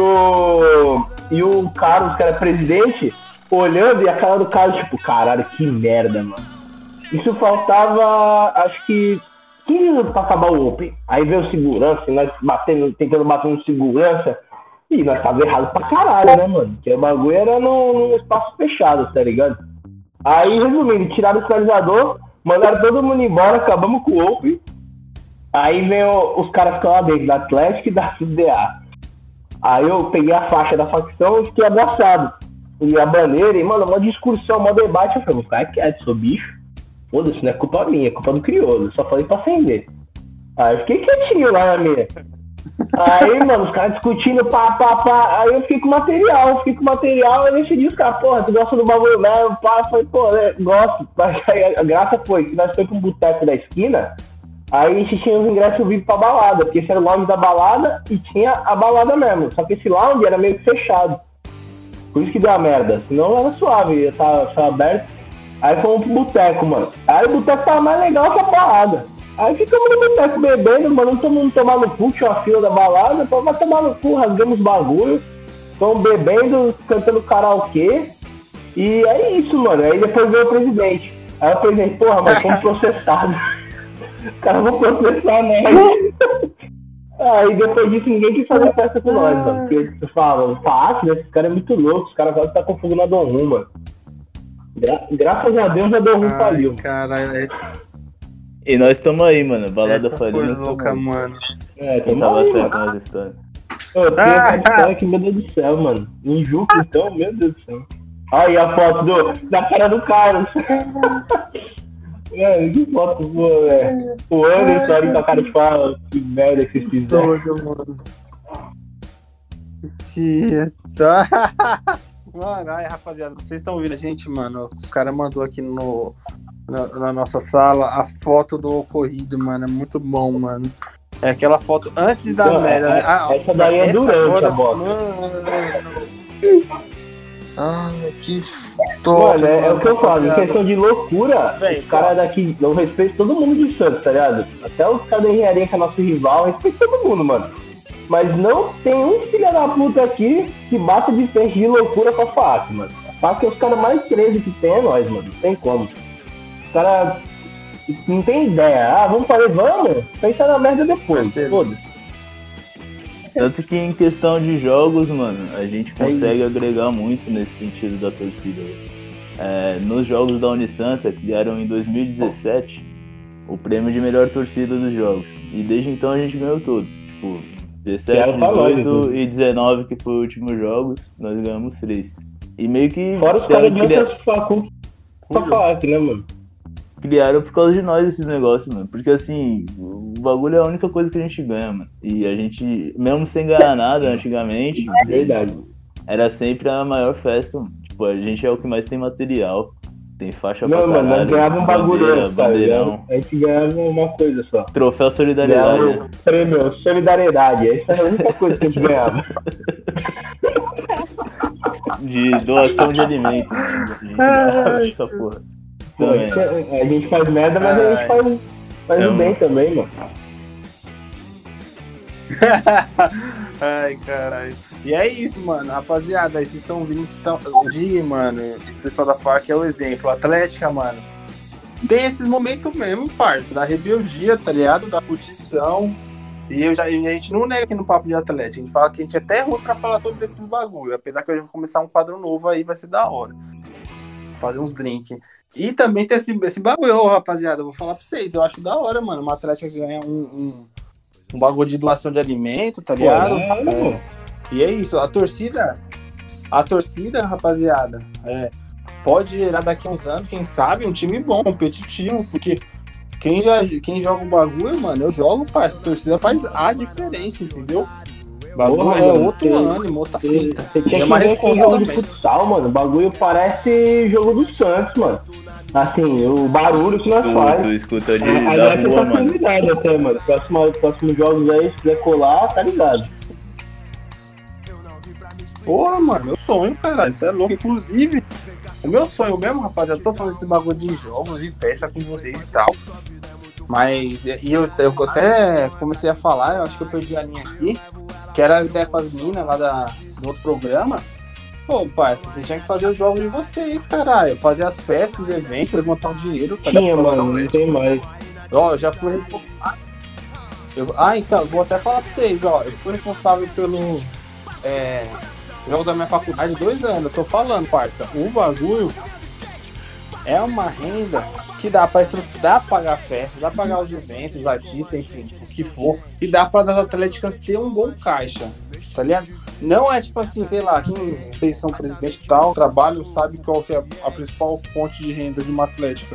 o Carlos, que era presidente, olhando e a cara do Carlos, tipo, caralho, que merda, mano. Isso faltava, acho que 15 minutos pra acabar o Open. Aí veio o segurança, e nós tentando bater no segurança. E nós tava errado pra caralho, né, mano? Porque o bagulho era num espaço fechado, tá ligado? Aí, resumindo, tiraram o sinalizador, mandaram todo mundo embora, acabamos com o Open. Aí veio os caras que estão lá dentro, da Atlético e da CDA. Aí eu peguei a faixa da facção e fiquei abraçado. E a bandeira, e, mano, uma discussão, uma debate. Eu falei, vou ficar quieto, sou bicho. Foda-se, não é culpa minha, é culpa do Criolo. Eu só falei pra acender. Aí eu fiquei quietinho lá na minha. Aí, mano, os caras discutindo, pá. Aí eu fiquei com material, aí decidi os caras, porra, tu gosta do bagulho mesmo, pá. Eu falei, pô, né, gosto. Mas aí a graça foi que nós fomos pra um boteco da esquina. Aí a gente tinha os ingressos VIP pra balada, porque esse era o lounge da balada e tinha a balada mesmo. Só que esse lounge era meio que fechado. Por isso que deu a merda. Senão era suave, ia estar aberto. Aí fomos pro boteco, mano. Aí o boteco tava mais legal que a balada. Aí ficamos no boteco bebendo, mano, todo mundo tomar no cu, tinha uma fila da balada. Pô, vai tomar no cu, rasgamos bagulho. Estamos bebendo, cantando karaokê. E é isso, mano. Aí depois veio o presidente. Aí o presidente, porra, mas fomos processados. Os caras vão processar, né? Aí depois disso ninguém quis fazer festa com nós, mano. Porque eles falam, fácil, né? Esse cara é muito louco, os caras quase tá com fogo na Dom Rum, mano. Graças a Deus a Dom Rum faliu. Caralho, E nós estamos aí, mano. Balada essa faliu. foi louca, mano. Quem tava certo nas histórias. Eu tenho essa história aqui, meu Deus do céu, mano. Em Juca, então, meu Deus do céu. Aí a foto da cara do Carlos. Mano, que foto boa, velho. O Anderson ali com a cara de fala, que merda que fizeram. Mano, aí, rapaziada, vocês estão ouvindo a gente, mano? Os caras mandou aqui na nossa sala a foto do ocorrido, mano. É muito bom, mano. É aquela foto antes da merda, né? Essa daí é durante a bota. Ai, que top. Mano, é o que eu falo, em questão de loucura, os caras daqui, eu respeito todo mundo de Santos, tá ligado? Até os caras da engenharia, que é nosso rival, eu respeito todo mundo, mano. Mas não tem um filho da puta aqui que bata de frente de loucura com a FAC, mano. A FAC é os caras mais crazy que tem, é nós, mano. Não tem como. Os caras não tem ideia. Vamos fazer, vamos? Pensar na merda depois, foda-se. Tanto que em questão de jogos, mano, a gente consegue agregar muito nesse sentido da torcida. Nos jogos da Unisanta, criaram em 2017 o prêmio de melhor torcida dos jogos. E desde então a gente ganhou todos. Tipo, 17, 18 e 19, que foi o último jogos, nós ganhamos 3. E meio que... Fora os caras de outras faculdades, né, mano? Criaram por causa de nós esses negócios, mano. Porque assim, o bagulho é a única coisa que a gente ganha, mano. E a gente, mesmo sem ganhar nada antigamente, verdade, era sempre a maior festa, mano. Tipo, a gente é o que mais tem material. Tem faixa pra caralho. Não, mano, nós ganhávamos um bagulho antes, bandeirão. A gente ganhava uma coisa só. Troféu Solidariedade. Ganhava prêmio Solidariedade. Essa era a única coisa que a gente ganhava. De doação de alimentos. Essa porra. Pô, a gente faz merda, mas a gente faz o bem também, mano. Ai, caralho. E é isso, mano. Rapaziada, aí vocês estão ouvindo o Dig, mano. O pessoal da FAC é o exemplo. Atlética, mano. Tem esses momentos mesmo, parça. Da rebeldia, tá ligado? Da curtição. E a gente não nega aqui no Papo de Atlética. A gente fala que a gente é até ruim pra falar sobre esses bagulho. Apesar que eu já vou começar um quadro novo aí, vai ser da hora. Fazer uns drinks. E também tem esse bagulho, rapaziada. Eu vou falar pra vocês. Eu acho da hora, mano. Uma Atlética ganha um bagulho de doação de alimento, tá ligado? E é isso, a torcida, rapaziada, pode gerar daqui a uns anos, quem sabe, um time bom, competitivo, porque Quem joga o bagulho, mano, eu jogo, parceiro. A torcida faz a diferença, entendeu? O bagulho Porra, é mano, outro ânimo, outra fita. Você tinha É que uma ver aquele resposta jogo de também. futsal, mano. O bagulho parece jogo do Santos, mano. Assim, o barulho que nós faz. Tu escuta de Aí da vai ter rua, essa mano. convidada até, mano. Próximos jogos aí, se quiser colar, tá ligado. Porra, mano, meu sonho, caralho, isso é louco. Inclusive, o meu sonho mesmo, rapaziada, eu tô falando desse bagulho de jogos e festa com vocês e tal. Mas, e eu até comecei a falar, eu acho que eu perdi a linha aqui, que era a ideia com as minas lá do outro programa. Pô, parça, vocês tinham que fazer os jogos de vocês, caralho. Fazer as festas, os eventos, levantar o dinheiro. Tá Tinha, ligado? mano, não tem mais. Ó, eu já fui responsável. Então, vou até falar pra vocês, ó. Eu fui responsável pelo jogo da minha faculdade 2 anos. Eu tô falando, parça. O bagulho é uma renda que dá pra pagar festa, dá pra pagar os eventos, os artistas, enfim, o que for. E dá pra as atléticas ter um bom caixa, tá ligado? Não é tipo assim, sei lá, quem vocês são presidente e tal, trabalham, sabe qual que é a principal fonte de renda de uma atlética.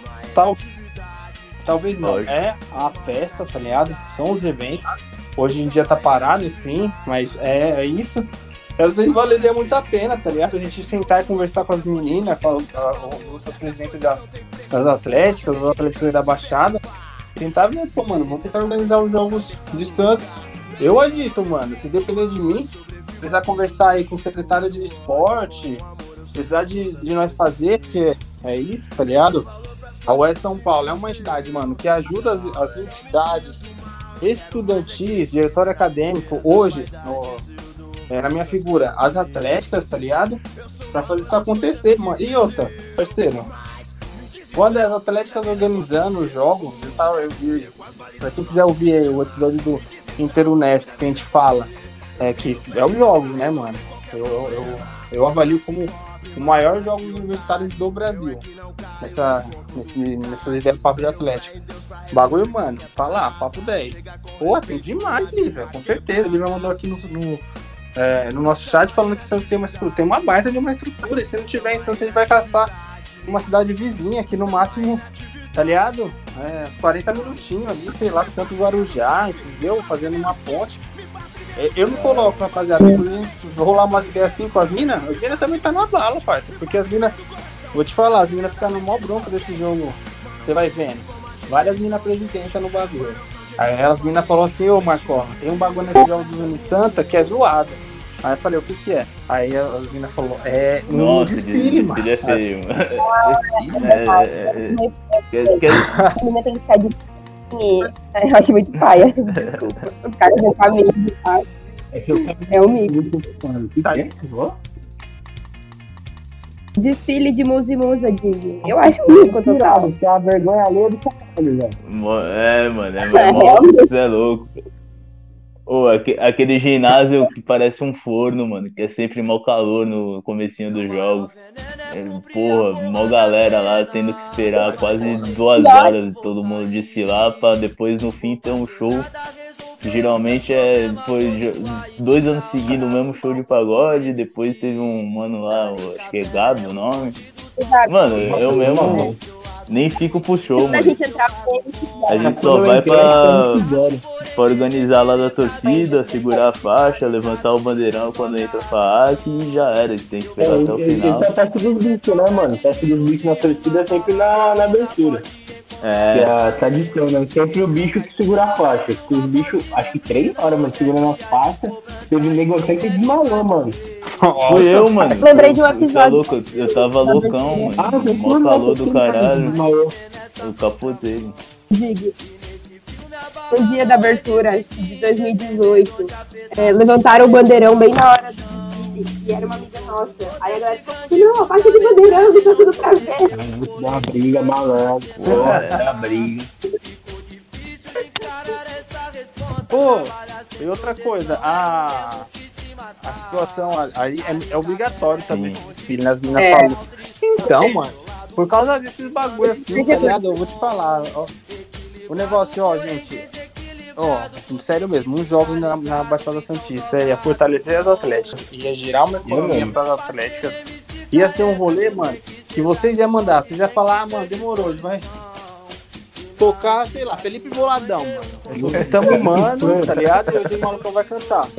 Talvez não. Lógico. É a festa, tá ligado? São os eventos. Hoje em dia tá parado, enfim, mas é isso. E às vezes valeria muito a pena, tá ligado? A gente sentar e conversar com as meninas, com os presidentes das atléticas, os atléticos da Baixada. Tentar ver, pô, mano, vamos tentar organizar os jogos de Santos. Eu agito, mano. Se depender de mim, precisar conversar aí com o secretário de esporte, precisar de nós fazer, porque é isso, tá ligado? A UES São Paulo é uma entidade, mano, que ajuda as entidades estudantis, diretório acadêmico, hoje, na minha figura, as atléticas, tá ligado? Pra fazer isso acontecer, mano. E outra, parceiro, quando as atléticas organizando o jogo, eu vi, pra quem quiser ouvir aí, o episódio do Interunesp, que a gente fala, que é os jogos, né, mano? Eu avalio como o maior jogo universitário do Brasil, nessas ideias do papo de Atlético. Bagulho, mano, falar, papo 10. Pô, tem demais, Lívia, com certeza. Lívia mandou aqui no nosso chat falando que Santos tem uma estrutura, tem uma baita de uma estrutura. E se não tiver em Santos, a gente vai caçar uma cidade vizinha aqui no máximo, tá ligado? Uns 40 minutinhos ali, sei lá, Santos Guarujá, entendeu? Fazendo uma ponte. Eu me coloco, rapaziada, vou rolar uma ideia assim com as minas também tá na bala, parceiro, porque as minas, vou te falar, as minas ficam no maior bronco desse jogo, você vai vendo, várias minas presidentes no bagulho. Aí as minas falaram assim, ô Marcola, tem um bagulho nesse jogo do Uni Santa que é zoado. Aí eu falei, o que é? Aí as minas falaram, um desfile, mano. Desfile é feio, mano. A menina tem que ficar de eu acho muito paia. Desculpa. Os caras vão com a mídia, tá? É o mico. Desfile de musa, Dig. Eu acho mico total. Que é uma vergonha alheia do caralho, velho. Mano, isso é louco. Aquele ginásio que parece um forno, mano, que é sempre mau calor no comecinho dos jogos. Porra, mó galera lá tendo que esperar quase 2 horas todo mundo desfilar pra depois no fim ter um show. Geralmente foi 2 anos seguindo o mesmo show de pagode, depois teve um mano lá, acho que é Gado o nome. Mano, eu mesmo nem fico pro show, mano. A gente só vai pra organizar lá da torcida, segurar a faixa, levantar o bandeirão quando entra pra AC e já era, tem que esperar até o final. Esse é a festa dos bichos, né, mano? A festa dos bichos na torcida é sempre na abertura. Que é a tradição, né? Sempre o bicho que segura a faixa. Porque os bichos, acho que 3 horas, mano, segurando a faixa. Teve nego até que desmaiou, mano. Fui eu, mano. Lembrei de um episódio. Eu tava loucão, mano. Mó calor do caralho. Eu capotei. Dig. No dia da abertura, acho que de 2018, levantaram o bandeirão bem na hora do desfile, e era uma amiga nossa. Aí a galera falou, não, a faixa de bandeirão, tá tudo pra ver. Uma briga, malandro. Era briga. Pô, e outra coisa, a situação aí é obrigatório também esse desfile, né? As meninas falam. Então, mano, por causa desses bagulho assim, tá ligado? Eu vou te falar, ó. O negócio, ó, gente, sério mesmo, um jogo na Baixada Santista ia fortalecer as atléticas, ia girar uma economia para as atléticas, ia ser um rolê, mano, que vocês iam mandar, vocês iam falar, mano, demorou, vai tocar, sei lá, Felipe Boladão, mano. Tamo, mano, tá ligado? E o malucão vai cantar.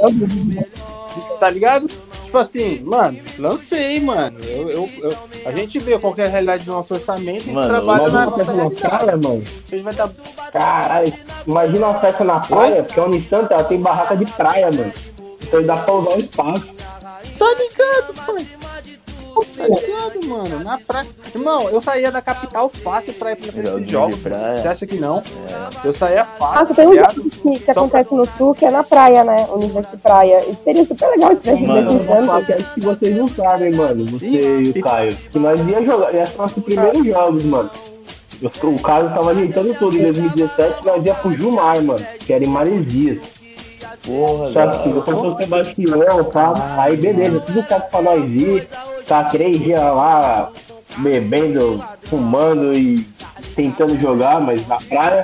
Tá ligado? Tipo assim, mano, lancei, mano. A gente vê qual que é a realidade do nosso orçamento, a gente trabalha na nossa praia, mano. A gente vai dar... Caralho, imagina uma festa na praia, porque a Unisanta ela tem barraca de praia, mano. Então dá pra usar o espaço. Tá ligado, pai? Tá ligado, mano? Na praia. Irmão, eu saía da capital fácil pra ir pra esses jogos. Você acha que não? Eu saía fácil. Nossa, tem um jogo que acontece no sul que é na praia, né? Universo Praia. Isso seria super legal se tivesse acho que vocês não sabem, mano. Você e o Caio. Que nós ia jogar. Esses são nossos primeiros jogos, mano. O Caio tava ajeitando tudo. Em 2017 nós ia pro Jumar, mano. Que era em Maresias. Porra, só que eu sou o Sebastião, tá? Aí beleza, tudo certo pra nós ir. Tá 3 dias lá bebendo, fumando e tentando jogar, mas na praia.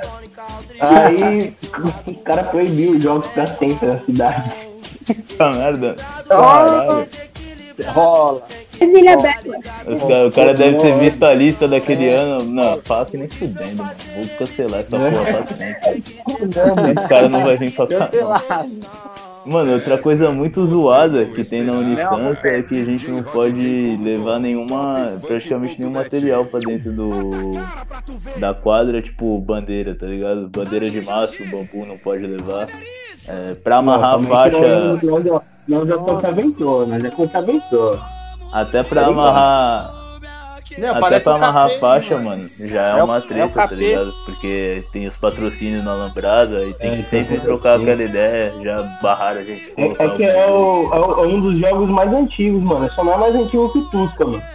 Aí o cara proibiu os jogos pra sempre na cidade. Puta merda. Caralho. Rola. Ilha Bela. O cara deve ter visto a lista daquele ano. Não, fala que nem fudendo, mano. Vou cancelar essa porra pra sempre. Esse cara não vai vir pra cá. Mano, outra coisa muito zoada que tem na Unisanta é que a gente não pode levar praticamente nenhum material pra dentro da quadra, tipo bandeira, tá ligado? Bandeira de mastro, bambu não pode levar. Pra amarrar a faixa... Nós já contraventou. Até pra amarrar... Até pra amarrar a faixa, mano, já é uma treta, tá ligado? Porque tem os patrocínios na Alambrada e tem que sempre trocar aquela ideia, já barraram a gente. É que é um dos jogos mais antigos, mano. Só não é mais antigo que o Tusca, mano.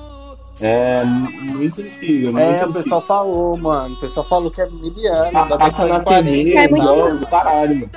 É muito antigo, o pessoal falou, mano. O pessoal falou que é miliano, da década de 40. É muito caralho, mano.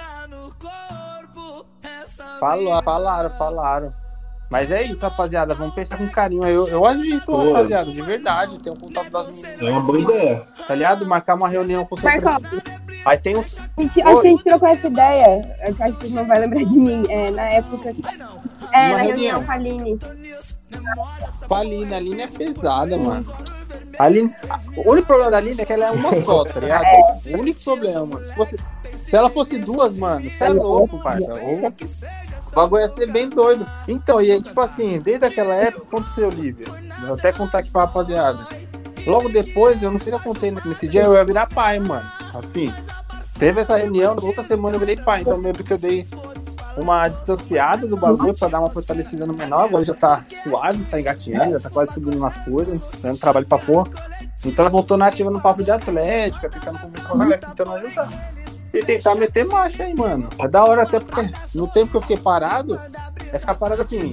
Falaram. Mas é isso, rapaziada. Vamos pensar com carinho. Eu agito, rapaziada, de verdade. Tem um contato das meninas. É uma boa ideia. Tá ligado? Marcar uma reunião com o seu Marcos. Aí tem uns. Acho que a gente trocou essa ideia. Eu acho que você não vai lembrar de mim. Na época. Na reunião com a Aline. Com a Aline é pesada, mano. O único problema da Aline é que ela é uma só, tá ligado? O único problema, mano. Se ela fosse duas, mano, você é louco, parceiro. O bagulho ia ser bem doido. Então, e aí, tipo assim, desde aquela época, aconteceu, Lívia. Vou até contar aqui pra rapaziada. Logo depois, eu não sei se eu contei nesse dia, eu ia virar pai, mano. Assim, teve essa reunião, na outra semana eu virei pai. Então, meio que eu dei uma distanciada do bagulho pra dar uma fortalecida no menor. Agora já tá suave, tá engatinhando, já tá quase subindo nas coisas, dando trabalho pra porra. Então, ela voltou na ativa no papo de atlética, tentando conversar com a galera, tentando ajudar. E tentar meter marcha aí, mano. É da hora, até porque no tempo que eu fiquei parado, ficar parado assim.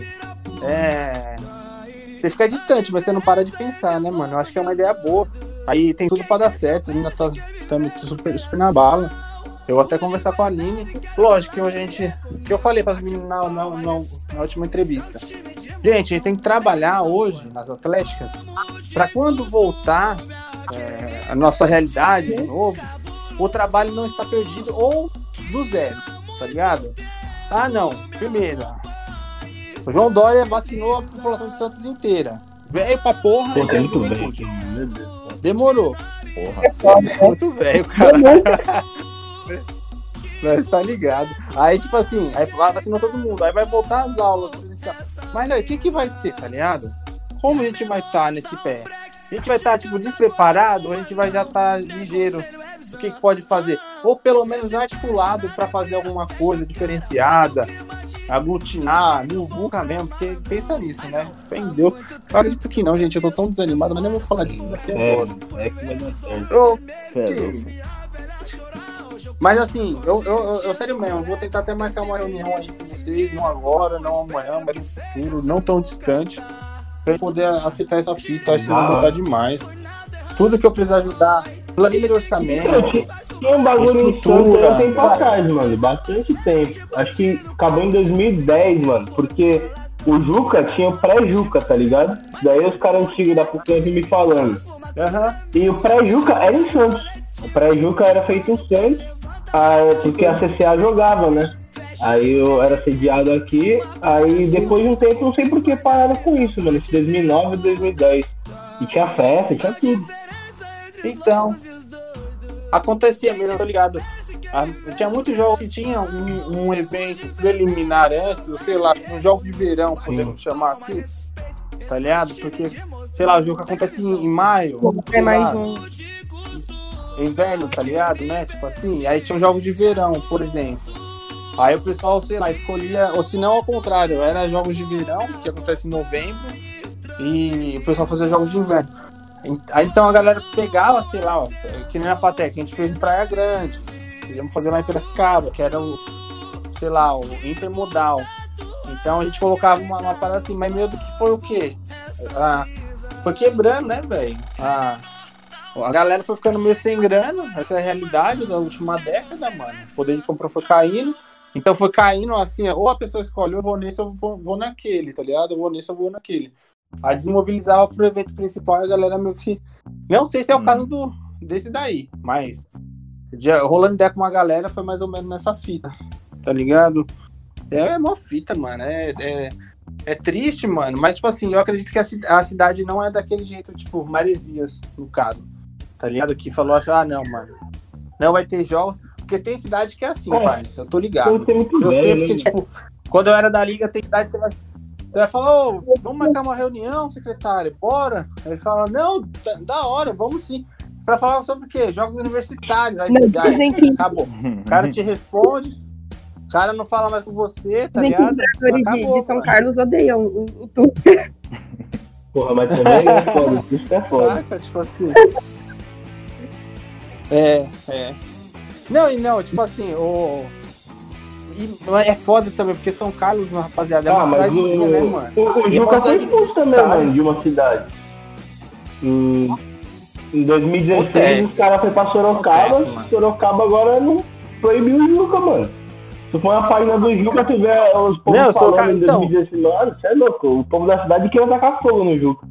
Você fica distante, mas você não para de pensar, né, mano? Eu acho que é uma ideia boa. Aí tem tudo pra dar certo, ainda tá super na bala. Eu vou até conversar com a Aline. Lógico que hoje a gente. Que eu falei para as meninas na última entrevista. Gente, a gente tem que trabalhar hoje nas atléticas para quando voltar a nossa realidade de novo, o trabalho não está perdido ou do zero, tá ligado? Ah, não, firmeza. O João Dória vacinou a população de Santos inteira. Velho pra porra. Muito bem. Demorou. Porra. Muito velho, cara. Nós tá ligado. Aí, tipo assim, aí vacinou todo mundo. Aí vai voltar as aulas. Mas aí, o que vai ter, tá ligado? Como a gente vai estar nesse pé? A gente vai estar, tipo, despreparado ou a gente vai já estar ligeiro? O que pode fazer? Ou pelo menos articulado para fazer alguma coisa diferenciada, aglutinar, muvuca mesmo, porque pensa nisso, né? Fé em Deus. Eu acredito que não, gente. Eu tô tão desanimado, mas nem vou falar disso daqui agora. Que vai dar certo. Mas assim, eu sério mesmo, vou tentar até marcar uma reunião aí com vocês, não agora, não amanhã, mas no futuro, não tão distante, pra poder aceitar essa fita, acho que vão gostar demais. Tudo que eu precisar ajudar, planilha de orçamento, tinha um bagulho em Santos há um tempo atrás, mano, bastante tempo. Acho que acabou em 2010, mano, porque o Juca tinha o pré-Juca, tá ligado? Daí os caras antigos da PUC me falando. E o pré-Juca era em Santos. O pré-Juca era feito em Santos, porque a CCA jogava, né? Aí eu era sediado aqui, aí depois de um tempo, não sei por que pararam com isso, mano, esse 2009 e 2010. E tinha festa, tinha tudo. Então, acontecia mesmo, tá ligado? Tinha muitos jogos que tinha um evento preliminar antes, ou sei lá, um jogo de verão, podemos chamar assim, tá ligado? Porque, sei lá, o jogo que acontece em maio, É mais lá, um. inverno, tá ligado, né? Tipo assim, aí tinha um jogo de verão, por exemplo. Aí o pessoal, sei lá, escolhia, ou se não, ao contrário, era jogos de verão, que acontece em novembro, e o pessoal fazia jogos de inverno. Aí então a galera pegava, sei lá, ó, que nem na Fatec, a gente fez em Praia Grande, queríamos fazer lá em Piracicaba, que era o, sei lá, o intermodal. Então a gente colocava uma parada assim, mas meio do que foi o quê? Foi quebrando, né, velho? A galera foi ficando meio sem grana, essa é a realidade da última década, mano. O poder de compra foi caindo. Então foi caindo assim, ou a pessoa escolhe, eu vou nesse, eu vou naquele, tá ligado? Eu vou nesse, eu vou naquele. Aí desmobilizava pro evento principal e a galera meio que... Não sei se é o caso desse daí, mas... rolando ideia com uma galera foi mais ou menos nessa fita, tá ligado? É mó fita, mano. É triste, mano. Mas, tipo assim, eu acredito que a cidade não é daquele jeito, tipo, Maresias, no caso. Tá ligado? Que falou assim, não, mano. Não vai ter jogos. Porque tem cidade que é assim, parça. Eu tô ligado. Eu sei porque, tipo, quando eu era da liga, tem cidade que você vai falar, vamos marcar uma reunião, secretário, bora? Aí ele fala, não, da hora, vamos sim. Pra falar sobre o quê? Jogos universitários. Aí acabou. O cara te responde, o cara não fala mais com você, tá ligado? Os moradores de São Carlos odeiam o tudo. Porra, mas também é foda, isso é foda. Saca? Tipo assim. Não, tipo assim, é foda também, porque São Carlos, rapaziada, é uma cidadezinha, né, mano? O Juca foi expulso também, mano, de uma cidade. Em 2016, os caras foram pra Sorocaba. Sorocaba agora não proibiu o Juca, mano. Se for uma página do Juca, tiver os povos falando em 2019, você é louco. O povo da cidade quer tacar fogo no Juca.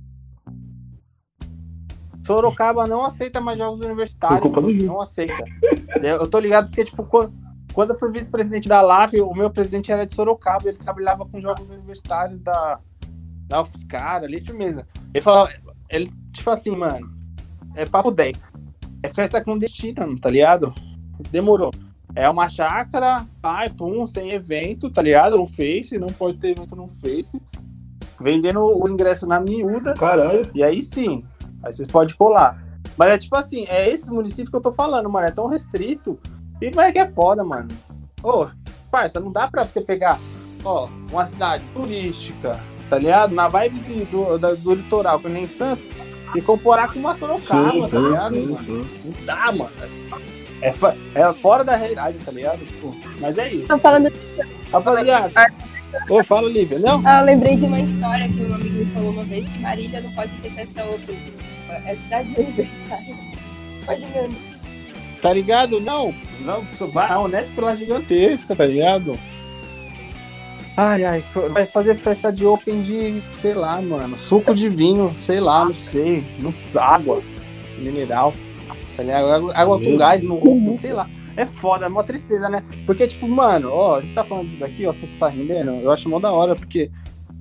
Sorocaba não aceita mais jogos universitários. Não aceita. Eu tô ligado porque, tipo, quando eu fui vice-presidente da LAV, o meu presidente era de Sorocaba, ele trabalhava com jogos universitários da UFSCar, ali, firmeza. Ele falou, tipo assim, mano, é papo 10. É festa clandestina, tá ligado? Demorou. É uma chácara, sem evento, tá ligado? No Face, não pode ter evento no Face. Vendendo o ingresso na miúda. Caralho. E aí sim, aí vocês podem colar. Mas é tipo assim, é esses municípios que eu tô falando, mano. É tão restrito. E mas é que é foda, mano. Parça, não dá pra você pegar, uma cidade turística, tá ligado? Na vibe do litoral, que nem Santos, e comparar com uma Sorocaba, tá ligado? Mano? Não dá, mano. É fora da realidade, tá ligado? Tipo, mas é isso. Tô falando... Rapaziada. Fala, Lívia, não? Eu lembrei de uma história que um amigo me falou uma vez, que Marília não pode ter festa open. É cidade universitária. Pode ver. Tá ligado? Não, a Unesp lá gigantesca, tá ligado? Ai, vai fazer festa de open de, sei lá, mano, suco de vinho, sei lá, não sei, água mineral, tá ligado? Água com gás, sei lá. É foda, é uma tristeza, né? Porque, tipo, mano, a gente tá falando disso daqui, você tá rendendo, eu acho mó da hora, porque,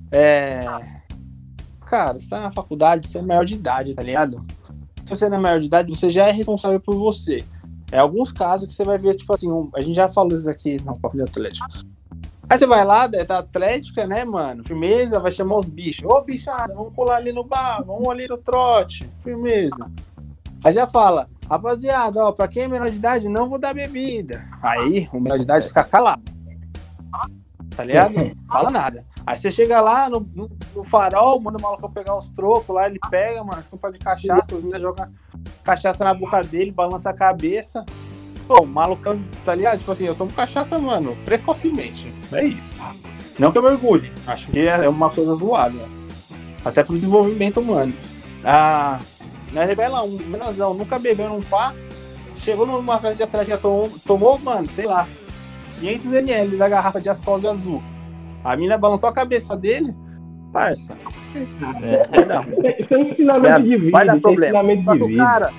cara, você tá na faculdade, você é maior de idade, tá ligado? Se você não é maior de idade, você já é responsável por você. É alguns casos que você vai ver, tipo assim, a gente já falou isso aqui no papo de Atlético. Aí você vai lá, da Atlética, né, mano? Firmeza, vai chamar os bichos. Bichada, vamos colar ali no bar, vamos ali no trote. Firmeza. Aí já fala, rapaziada, pra quem é menor de idade, não vou dar bebida. Aí o menor de idade fica calado. Tá ligado? Fala nada. Aí você chega lá no farol, manda o maluco pegar os trocos lá, ele pega, mano, compra de cachaça, os meninos jogam cachaça na boca dele, balança a cabeça. O malucão, tá ligado? Tipo assim, eu tomo cachaça, mano, precocemente. É isso. Não que eu me orgulhe, acho que é uma coisa zoada. Até pro desenvolvimento humano. Nós vai lá, um menorzão, nunca bebeu num pá, chegou numa festa de Atlética, tomou, mano, sei lá, 500 ml da garrafa de Ascol azul. A mina balançou a cabeça dele, parça. Isso é ensinamento de vida. Vai dar problema. Só que o cara...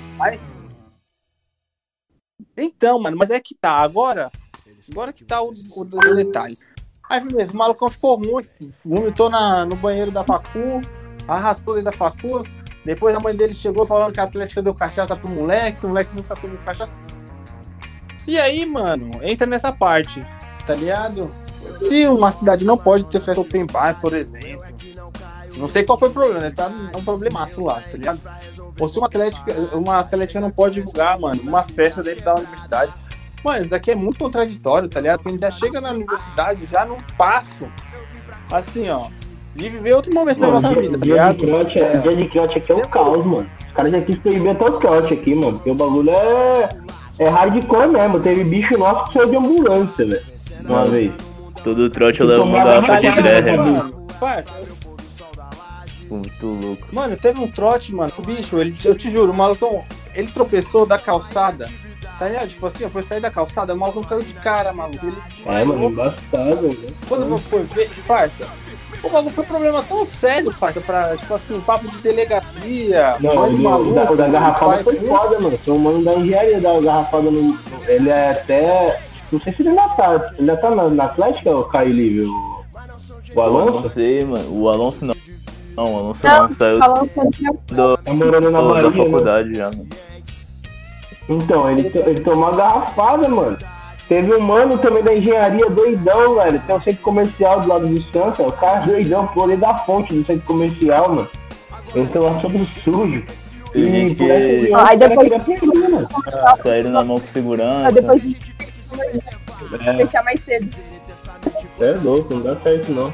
Então, mano, mas é que tá. Agora que tá o detalhe. Aí, mesmo, o malucão ficou ruim, vomitou no banheiro da facu, arrastou dentro da facu. Depois a mãe dele chegou falando que a Atlética deu cachaça pro moleque, o moleque nunca tomou cachaça. E aí, mano, entra nessa parte, tá ligado? Se uma cidade não pode ter festa open bar, por exemplo, não sei qual foi o problema, né? Tá um problemaço lá, tá ligado? Ou se uma atlética não pode divulgar, mano, uma festa dentro da universidade. Mano, isso daqui é muito contraditório, tá ligado? Quando já chega na universidade, já num passo, assim, ó, de viver outro momento da nossa vida, tá ligado? Dia de trote aqui é o caos, mano. Os caras já quis proibir até o trote aqui, mano, porque o bagulho é hardcore mesmo. Teve bicho nosso que saiu de ambulância, velho, uma vez. Todo trote eu levo uma garrafa de Dreher, mano. Parça, Muito louco. mano, teve um trote, mano, que o bicho, eu te juro, o malucão, ele tropeçou da calçada, tá ligado? Tipo assim, foi sair da calçada, o malucão caiu de cara, maluco. Ele Mano, embaçado, né? Quando foi ver, parça, o bagulho foi um problema tão sério, parça, pra, tipo assim, papo de delegacia, Não, maluco, o da garrafada foi pai, foda, mano. Foi um mano da engenharia da garrafada. Ele é até. Não sei se ele ainda tá na Atlética ou Caio Livre? O Alonso? Não sei, mano. O Alonso não. Não, o Alonso não. Saiu Tá morando na Bahia, da faculdade já, mano. Então, ele tomou uma garrafada, mano. Teve um mano também da engenharia doidão, velho. Tem um centro comercial do lado de distância. O cara doidão, pulou ali da fonte do centro comercial, mano. Ele tomou sobre sujo. Tem gente que Aí depois saíram na mão com segurança. depois fechar mais cedo. É louco, não dá certo não.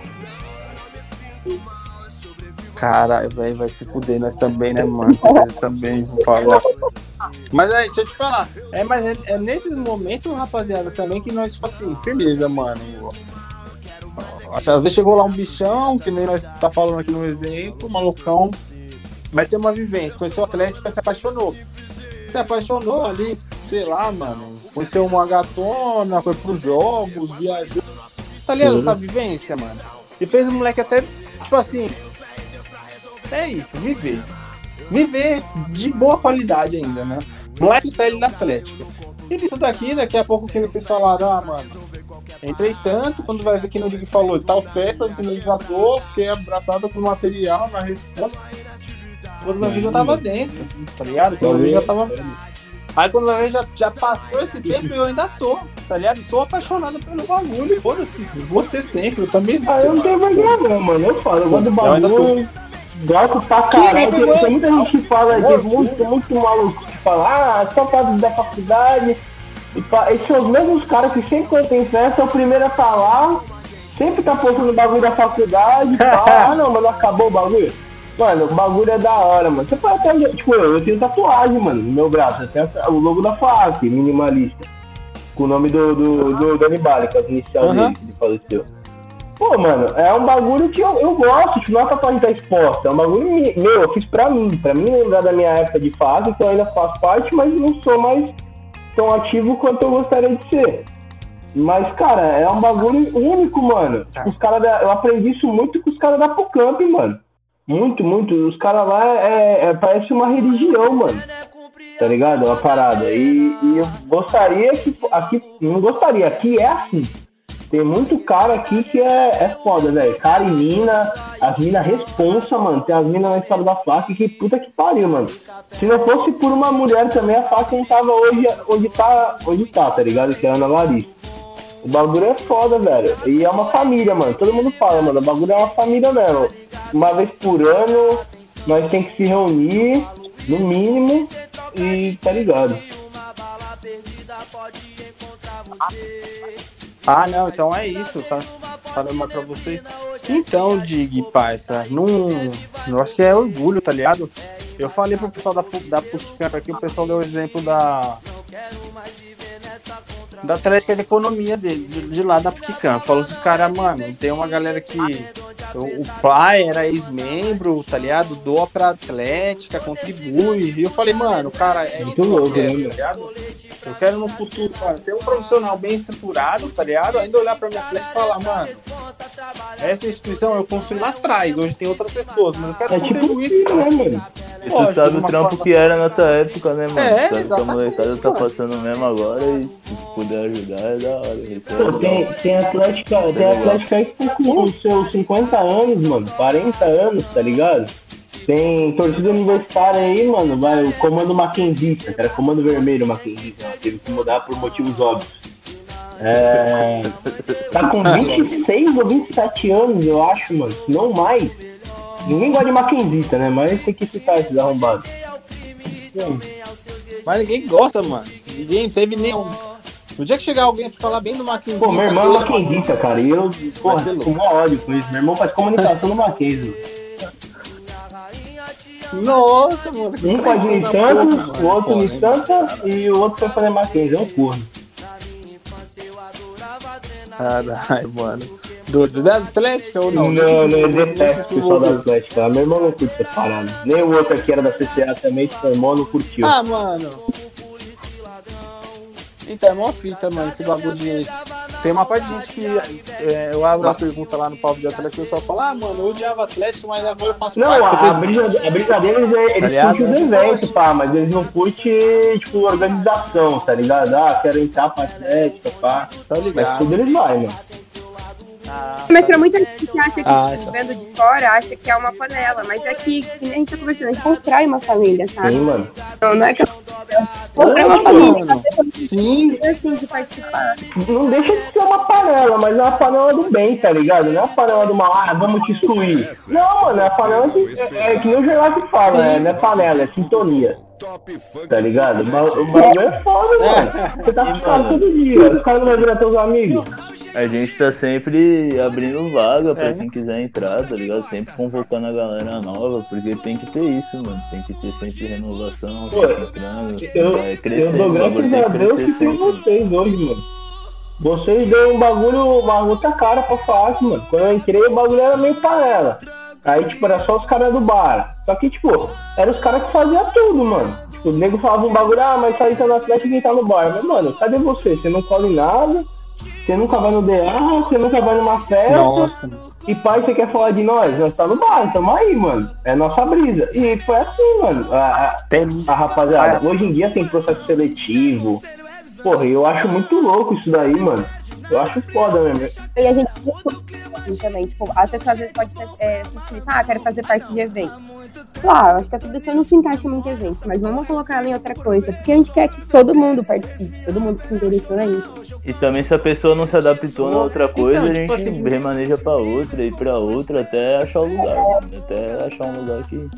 Caralho, velho, vai se fuder, nós também, né, mano? Você também, vou falar. Mas aí, deixa eu te falar. Mas é nesses momentos, rapaziada, também que nós, tipo assim, firmeza, mano. Às vezes chegou lá um bichão, que nem nós tá falando aqui no exemplo, malucão, vai ter uma vivência, conheceu o Atlético, se apaixonou. Se apaixonou ali, sei lá, mano, conheceu uma gatona, foi pros jogos, viajou. Tá ligado essa vivência, mano? E fez o moleque até, tipo assim, é isso, viver. Viver de boa qualidade ainda, né? Um lifestyle da Atlética. E isso daqui, daqui a pouco que vocês falaram, mano, entrei tanto, quando vai ver que no dia que falou tal festa do sinalizador, fiquei abraçado com o material na resposta. Quando vai ver já tava dentro, tá ligado? Quando vai ver já tava. Aí quando vai ver já passou esse tempo e eu ainda tô, tá ligado? Sou apaixonado pelo bagulho e foda-se. Você sempre, eu também. Eu não tenho vergonha não, mano. Eu falo, eu gosto do bagulho. Gosto pra caralho. Tem muita gente que fala, tem muito maluco que fala, só por causa da faculdade. Esses são os mesmos caras que sempre quando tem festa é o primeiro a falar, sempre tá postando o bagulho da faculdade, fala, não, mas não acabou o bagulho. Mano, o bagulho é da hora, mano. Você pode até, tipo, eu tenho tatuagem, mano, no meu braço. Eu tenho o logo da FAC, minimalista. Com o nome do Dani Bali, que é o inicial dele, que ele faleceu. Pô, mano, é um bagulho que eu gosto, que não é pra página estar exposta. É um bagulho meu, eu fiz pra mim lembrar da minha época de fase, que eu ainda faço parte, mas não sou mais tão ativo quanto eu gostaria de ser. Mas, cara, é um bagulho único, mano. Os caras eu aprendi isso muito com os caras da Pucamp, mano. Muito. Os caras lá parece uma religião, mano. Tá ligado? Uma parada. E eu gostaria que aqui, não gostaria, aqui é assim. Tem muito cara aqui que é foda, velho. Cara e mina, as minas responsa, mano. Tem as minas na história da faca que puta que pariu, mano. Se não fosse por uma mulher também, a faca não tava onde tá, tá ligado? Que é a Ana Larissa. O bagulho é foda, velho. E é uma família, mano. Todo mundo fala, mano. O bagulho é uma família mesmo. Uma vez por ano, nós tem que se reunir, no mínimo, e tá ligado? Ah, não, então é isso, tá? Falando pra você. Então, Dig, parça, eu acho que é orgulho, tá ligado? Eu falei pro pessoal da PUC aqui, o pessoal deu o exemplo da Atlética de Economia dele, de lá da PUC-Camp. Falou que os caras, mano, tem uma galera que o pai era ex-membro, tá ligado? Doa pra Atlética, contribui. E eu falei, mano, cara, é muito isso louco, que eu quero, tá ligado? Eu quero no futuro, mano, ser um profissional bem estruturado, tá ligado? Ainda olhar pra minha Atlética e falar, mano, essa instituição eu construí lá atrás, hoje tem outras pessoas, mas eu quero contribuir. Tipo, né, mano? E tu sabe o trampo que era nessa época, né, mano? É, sabe que a molecada tá passando mesmo agora e se puder ajudar é da hora. Pô, tem Atlética aí que tá com os seus 50 anos, mano, 40 anos, tá ligado? Tem torcida universitária aí, mano, vai o comando Mackenzista, que era comando vermelho Mackenzista, teve que mudar por motivos óbvios. Tá com 26 ou 27 anos, eu acho, mano, não mais. Ninguém gosta de Mackenzista, né, mas tem que citar esses arrombados. Mas ninguém gosta, mano. Ninguém teve nenhum. No dia que chegar alguém que falar bem do Mackenzie. Pô, meu irmão é Mackenzista, cara, e eu, porra, com maior ódio com isso. Meu irmão faz comunicação no Mackenzie. Nossa, mano. Um faz no Santa, o outro no Santa e o outro foi fazer Mackenzie, é um corno. Caralho, mano. Da Atlética ou não? Não, eu detesto o pessoal da Atlética. Meu irmão não curte essa parada. Nem o outro aqui era da CCA também, se formou, não curtiu. Ah, mano. Então, é mó fita, mano, esse bagulho de... Tem uma parte de gente que eu abro as perguntas lá no Papo de Atlético e o pessoal fala, mano, eu odiava Atlético, mas agora eu faço não, parte. A briga deles é eles curtem os eventos, pá, mas eles não curtem, tipo, organização, tá ligado? Ah, quero entrar pra Atlético, pá. Tá ligado. Mas tudo eles vai, mano. Mas pra muita gente que acha que, vendo de fora, acha que é uma panela, mas é que a gente tá conversando, a gente constrói uma família, sabe? Sim, mano. Não é que constrói uma família, mano. Sim. Assim, de participar. Não deixa de ser uma panela, mas é uma panela do bem, tá ligado? Não é uma panela do mal, vamos te excluir. Não, mano, é a panela que nem o Gerard que fala, né? Não é panela, é sintonia. Tá ligado? O bagulho é foda, mano. Você tá com os caras todo dia, os caras não vão virar teus amigos. A gente tá sempre abrindo vaga pra quem quiser entrar, tá ligado? Sempre convocando a galera nova, porque tem que ter isso, mano. Tem que ter sempre renovação, entrando, eu dou graças a Deus que tem vocês hoje, mano. Vocês deu uma outra cara pra fácil, mano. Quando eu entrei, o bagulho era meio panela. Aí, tipo, era só os caras do bar. Só que, tipo, eram os caras que faziam tudo, mano. Tipo, o nego falava um bagulho, mas só entra no Atlético e quem tá no bar. Mas, mano, cadê você? Você não cola em nada. Você nunca vai no DA, você nunca vai numa festa. Nossa. E pai, você quer falar de nós? Nós tá no bar, tamo aí, mano. É nossa brisa. E foi assim, mano. A rapaziada, hoje em dia tem processo seletivo. Porra, eu acho muito louco isso daí, mano. Eu acho foda mesmo. E a gente também, tipo, a pessoa às vezes pode quero fazer parte de evento. Claro, acho que essa pessoa não se encaixa muito em eventos, mas vamos colocar ela em outra coisa, porque a gente quer que todo mundo participe, todo mundo se interessou nisso. E também se a pessoa não se adaptou na outra coisa, então, a gente assim, remaneja pra outra e pra outra até achar o lugar, né? Até achar um lugar que...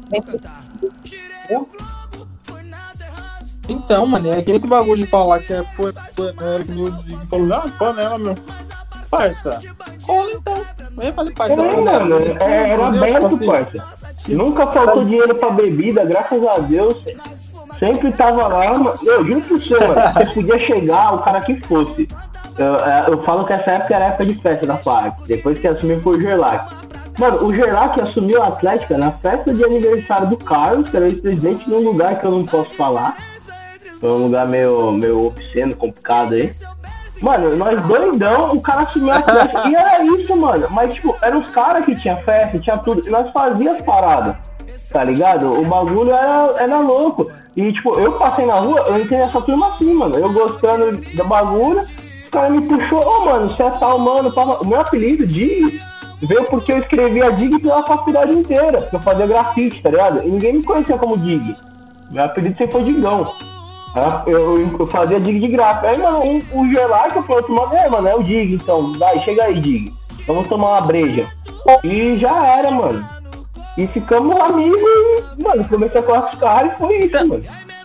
Então, mano, é que esse bagulho de falar que foi falou, panela, meu. Parça, cola então. Eu ia fazer parte da panela. Mano, era aberto, tipo assim, parça. Nunca faltou dinheiro pra bebida, graças a Deus. Sempre tava lá, mano. Eu juro pro senhor, mano. Você podia chegar, o cara que fosse. Eu falo que essa época era época de festa da FARC. Depois que assumiu foi o Gerlach. Mano, o Gerlach assumiu a Atlética na festa de aniversário do Carlos, que era o presidente num lugar que eu não posso falar. Foi um lugar meio obsceno, complicado aí. Mano, nós doidão, o cara assumiu a festa. E era isso, mano. Mas, tipo, eram os caras que tinha festa, tinha tudo. E nós fazíamos as paradas, tá ligado? O bagulho era louco. E, tipo, eu passei na rua, eu entrei nessa turma assim, mano. Eu gostando do bagulho, os caras me puxou, mano, você é tal, mano. O meu apelido, Dig, veio porque eu escrevia Dig pela faculdade inteira. Eu fazia grafite, tá ligado? E ninguém me conhecia como Dig. Meu apelido sempre foi Digão. Eu fazia Dig de gráfico. Aí, mano, o Gerlach, eu falei, mano, é o Dig, então. Vai, chega aí, Dig. Vamos tomar uma breja. E já era, mano. E ficamos amigos e, mano, comecei a falar com os caras e foi isso, mano.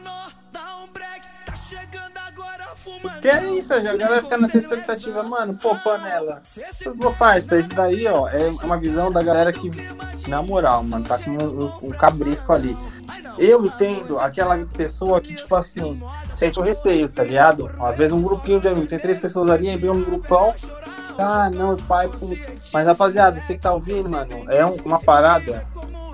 Que é isso, a galera vai ficar nessa expectativa, mano, pô, panela. Pô, parça, isso daí, ó, é uma visão da galera que, na moral, mano, tá com um cabrisco ali. Eu entendo aquela pessoa que, tipo assim, sente o receio, tá ligado? Às vezes um grupinho de amigos, tem 3 pessoas ali, aí vem um grupão, não, pai, pô. Mas, rapaziada, você que tá ouvindo, mano, é uma parada,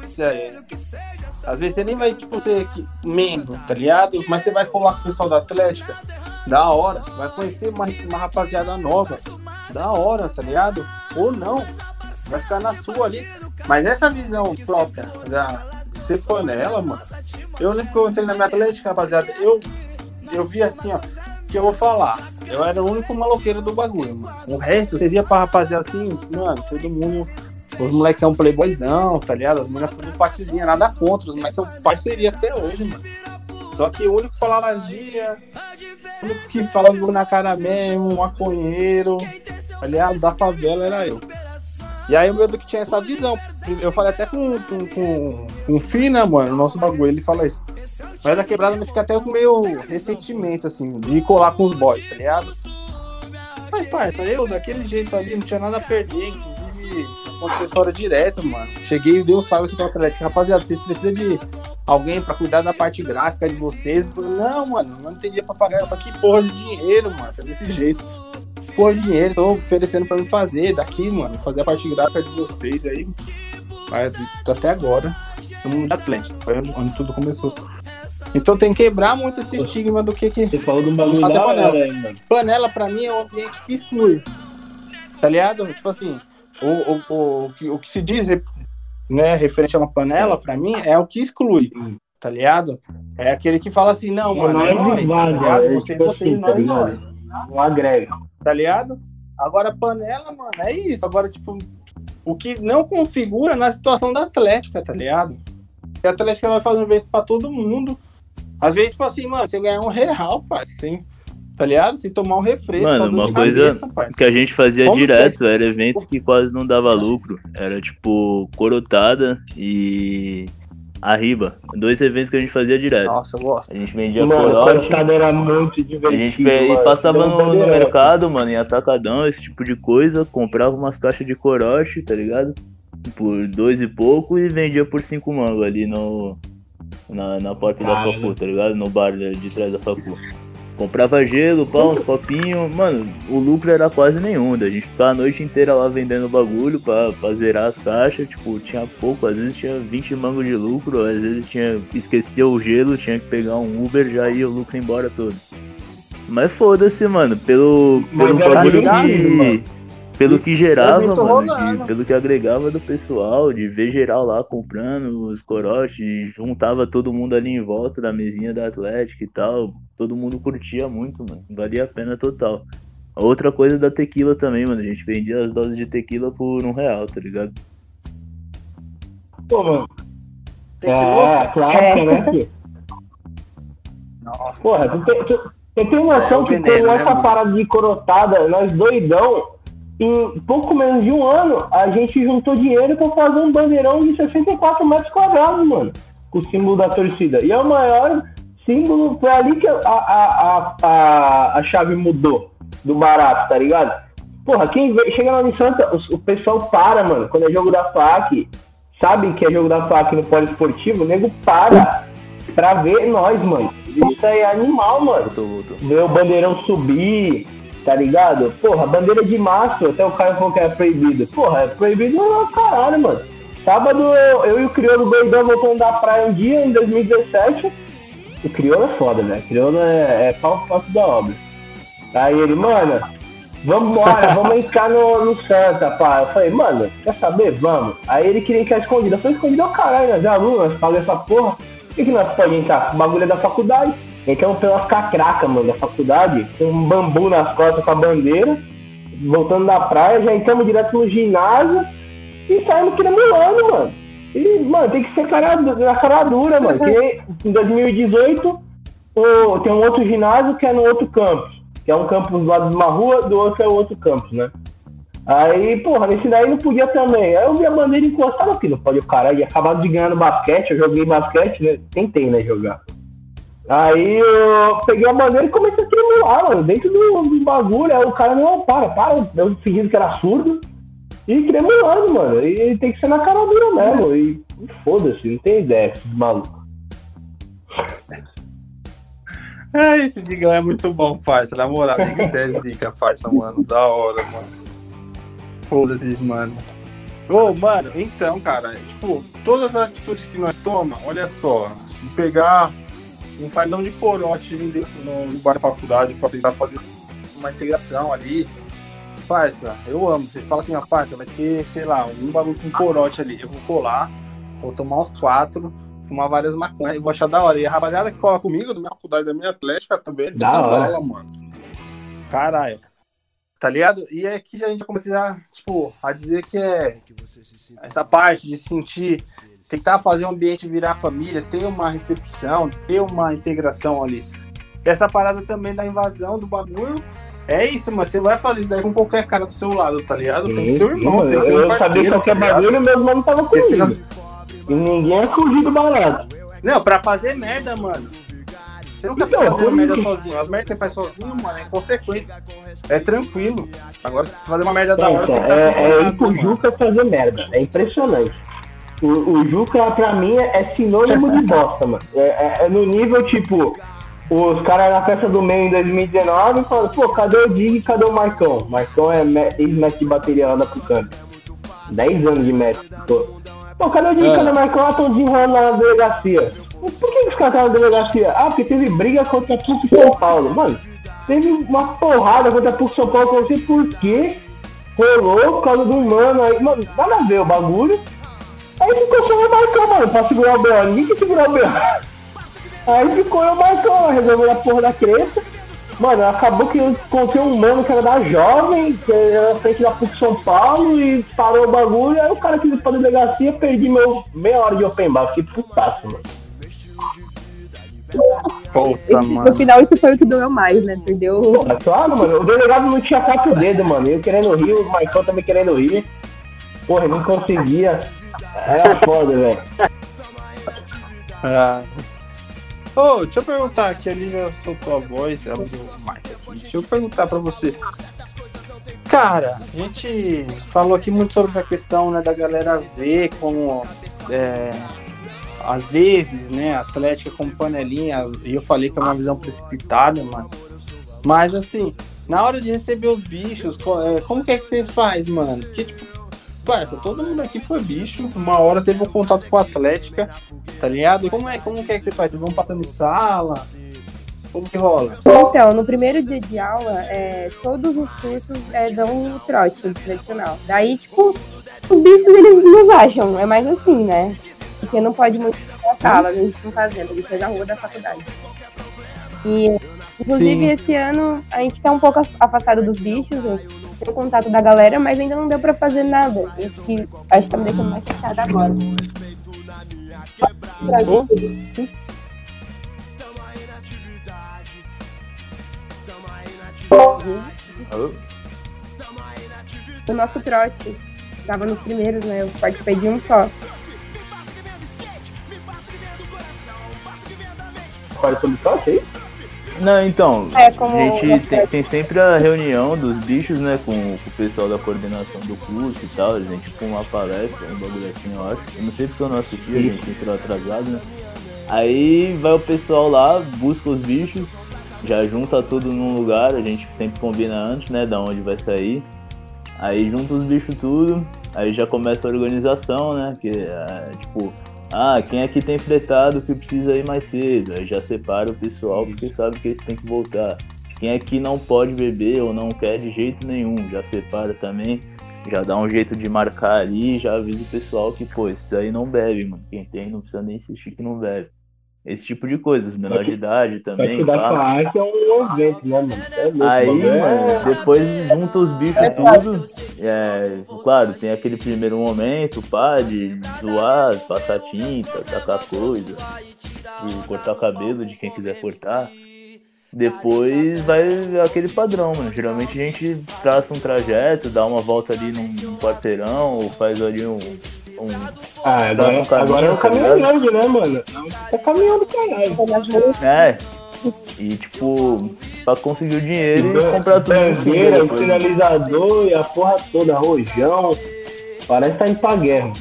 às vezes você nem vai, tipo, ser membro, tá ligado? Mas você vai colar com o pessoal da Atlética, da hora, vai conhecer uma rapaziada nova, da hora, tá ligado? Ou não, vai ficar na sua ali. Mas essa visão própria de ser panela, mano, eu lembro que eu entrei na minha Atlética, rapaziada, eu vi assim, ó, que eu vou falar, eu era o único maloqueiro do bagulho, mano. O resto, você via pra rapaziada assim, mano, todo mundo Os moleques é um playboyzão, tá ligado? As meninas tudo patizinha, nada contra, mas são parceria até hoje, mano. Só que o único que falava magia, o único que falava na cara mesmo, maconheiro, tá ligado? Da favela era eu. E aí o meu que tinha essa visão. Eu falei até com o Fina, mano, o nosso bagulho, ele fala isso. Mas da quebrada me fica até com meio ressentimento, assim, de colar com os boys, tá ligado? Mas, parça, eu daquele jeito ali não tinha nada a perder, inclusive, aconteceu história direto, mano. Cheguei e dei um salve assim pro Atlético. Rapaziada, vocês precisam de alguém pra cuidar da parte gráfica de vocês? Eu falei, não, mano, não tem dinheiro pra pagar. Eu falei, que porra de dinheiro, mano, tá desse jeito. Porra de dinheiro, tô oferecendo pra me fazer daqui, mano, fazer a parte gráfica de vocês aí. Mas até agora, no mundo Atlético, foi onde tudo começou. Então tem que quebrar muito esse estigma do que Você falou do bagulho da panela. hora aí, mano. Panela pra mim é um ambiente que exclui, tá ligado? Tipo assim, o que se diz, né, referente a uma panela, pra mim, é o que exclui, tá ligado? É aquele que fala assim, não, mano, é nós, tá ligado? Você, nós. Não agrega. Tá ligado? Agora, panela, mano, é isso. Agora, tipo, o que não configura na situação da Atlética, tá ligado? A Atlética, ela faz um evento pra todo mundo. Às vezes, tipo assim, mano, você ganhar R$1, parceiro, tá ligado? Se tomar um refresco, mano, uma coisa que a gente fazia como direto, era evento que quase não dava lucro. Era, tipo, corotada e arriba. 2 eventos que a gente fazia direto. Nossa, eu gosto. A gente vendia corote. Era muito divertido. A gente passava no mercado, mano, em atacadão, esse tipo de coisa. Comprava umas caixas de corote, tá ligado? Por 2 e pouco e vendia por 5 mangos ali na porta da facu, tá ligado? No bar de trás da facu. Comprava gelo, pão, uns copinhos. Mano, o lucro era quase nenhum. Da gente ficava a noite inteira lá vendendo bagulho pra zerar as caixas. Tipo, tinha pouco. Às vezes tinha 20 mangos de lucro. Às vezes esquecia o gelo, tinha que pegar um Uber, já ia o lucro embora todo. Mas foda-se, mano. Pelo bagulho pelo que gerava, mano, pelo que agregava do pessoal, de ver geral lá comprando os corotes, juntava todo mundo ali em volta da mesinha da Atlética e tal, todo mundo curtia muito, mano, valia a pena total. A outra coisa da tequila também, mano, a gente vendia as doses de tequila por R$1, tá ligado? Pô, mano. Clássica, né, filho? Nossa. Porra, você tem noção que com essa parada de corotada, nós doidão, em pouco menos de um ano, a gente juntou dinheiro pra fazer um bandeirão de 64 metros quadrados, mano. Com o símbolo da torcida. E é o maior símbolo, foi ali que a chave mudou do barato, tá ligado? Porra, quem chega lá em Santa, o pessoal para, mano. Quando é jogo da FAC, sabe que é jogo da FAC no poliesportivo, o nego para pra ver nós, mano. Isso aí é animal, mano. Ver o bandeirão subir, tá ligado? Porra, bandeira de maço, até o cara falou que era proibido. Porra, é proibido caralho, mano. Sábado, eu e o Criolo doidão voltando da praia um dia, em 2017. O Criolo é foda, velho. O Criolo é pau fácil da obra. Aí ele, mano, vamos embora, vamos entrar no Santa, pá. Eu falei, mano, quer saber? Vamos. Aí ele queria entrar escondido. Eu falei, escondido é o caralho, nós é alunos, nós pagamos essa porra. Por que nós podemos entrar? O bagulho é da faculdade. Então pelas catracas, mano, da faculdade, com um bambu nas costas com a bandeira, voltando da praia, já entramos direto no ginásio e saímos tremulando, mano. E, mano, tem que ser na cara dura, mano. Porque em 2018 tem um outro ginásio que é no outro campus, que é um campus do lado de uma rua, do outro é o outro campus, né? Aí, porra, nesse daí não podia também. Aí eu vi a bandeira encostada aqui, não pode o cara. E acabado de ganhar no basquete, eu joguei basquete, né? Tentei, né, jogar. Aí eu peguei a bandeira e comecei a tremular, mano, dentro do bagulho. Aí o cara, não, para. Eu fingindo que era surdo e tremulando, mano. E tem que ser na cara dura mesmo. E foda-se, não tem ideia, esses malucos. Esse Digão é muito bom, parça. Na moral, diga que você é zica, parça, mano. Da hora, mano. Foda-se, mano. Ô, mano, então, cara, tipo, todas as atitudes que nós tomamos, olha só, se pegar um fardão de corote no bar da faculdade pra tentar fazer uma integração ali, parça, eu amo. Você fala assim, parça, vai ter, sei lá, um bagulho com corote ali. Eu vou colar, vou tomar uns 4, fumar várias maconhas e vou achar da hora. E a rapaziada que cola comigo, da minha faculdade, da minha Atlética também, da hora, mano. Caralho. Tá ligado? E é que a gente começa já, tipo, a dizer que é essa parte de sentir, tentar fazer o ambiente virar família, ter uma recepção, ter uma integração ali. Essa parada também da invasão do bagulho, é isso, mano. Você vai fazer isso daí com qualquer cara do seu lado, tá ligado? Tem que ser o irmão, tem que ser o parceiro. Eu sabia qualquer bagulho, meu irmão tava comigo. E ninguém é fugido barato. Não, pra fazer merda, mano. Você nunca fica fazendo merda sozinho. As merdas que você faz sozinho, mano, é inconsequente. É tranquilo. Agora, se fazer uma merda da hora, tem que é ir pro Juca fazer merda. É impressionante. O Juca, pra mim, é sinônimo de bosta, mano. É no nível, tipo, os caras na festa do meio em 2019 falam, pô, cadê o Dig e cadê o Marcão? Marcão é ex-mestre de bateria lá da Pucana. 10 anos de mestre. Pô, cadê o Dig e cadê o Marcão? Ah, tô desenrolando lá na delegacia. Por que os caras estavam na delegacia? Ah, porque teve briga contra a PUC São Paulo. Mano, teve uma porrada contra a PUC São Paulo, não sei por quê. Rolou por causa de um mano aí. Mano, nada a ver o bagulho. Aí ficou só o Marcão, mano, pra segurar o B.O. Ninguém que segurou o B.O. Aí ficou eu o Marcão, resolveu a porra da cresta. Mano, acabou que eu encontrei um mano que era da Jovem, que era na frente da PUC São Paulo, e parou o bagulho. Aí o cara quis ir pra delegacia, perdi meu meia hora de open bar. Fiquei putaço, mano. Puta, no final, isso foi o que doeu mais, né? Perdeu. Pô, claro, mano. O delegado não tinha 4 dedos, mano. Eu querendo rir, o Marcão também querendo rir. Porra, não conseguia. Era foda, velho. Deixa eu perguntar aqui, ali já soltou a voz, abriu o mic aqui. Deixa eu perguntar pra você. Cara, a gente falou aqui muito sobre a questão, né, da galera ver como. Às vezes, né, a Atlética como panelinha, e eu falei que é uma visão precipitada, mano. Mas, assim, na hora de receber os bichos, como que é que vocês fazem, mano? Porque, tipo, parça, todo mundo aqui foi bicho, uma hora teve um contato com a Atlética, tá ligado? Como é que vocês fazem? Vocês vão passando em sala? Como que rola? Então, no primeiro dia de aula, todos os cursos dão o trote tradicional. Daí, tipo, os bichos, eles nos acham, é mais assim, né? Porque não pode muito na sala, a gente não fazendo, a gente faz na rua da faculdade. E, inclusive, sim, esse ano a gente tá um pouco afastado dos bichos, a gente tem o contato da galera, mas ainda não deu pra fazer nada. Isso que acho que tá me deixando mais fechada agora. O nosso trote tava nos primeiros, né? Eu participei de um só. Não, então, como a gente tem sempre a reunião dos bichos, né, com o pessoal da coordenação do curso e tal, a gente tipo uma palestra, um bagulho assim, eu acho. Eu não sei porque eu não assisti, a gente entrou atrasado, né. Aí vai o pessoal lá, busca os bichos, já junta tudo num lugar, a gente sempre combina antes, né, da onde vai sair. Aí junta os bichos tudo, aí já começa a organização, né, que é tipo... quem aqui tem fretado que precisa ir mais cedo, aí já separa o pessoal porque sabe que eles têm que voltar. Quem aqui não pode beber ou não quer de jeito nenhum, já separa também, já dá um jeito de marcar ali, já avisa o pessoal que, pô, esses aí não bebe, mano. Quem tem não precisa nem insistir que não bebe. Esse tipo de coisa, os menores de idade também. Vai cuidar com a arte é um evento, né, mano? Aí, mano, depois junta os bichos tudo. Claro, tem aquele primeiro momento, pá, de zoar, passar tinta, tacar coisa, cortar o cabelo de quem quiser cortar. Depois vai aquele padrão, mano. Geralmente a gente traça um trajeto, dá uma volta ali num quarteirão, ou faz ali agora é um caminhão grande, né, mano? É caminhão do caralho. E tipo, pra conseguir o dinheiro e comprar tudo. Bandeira, o sinalizador e a porra toda, rojão. Parece que tá indo pra guerra.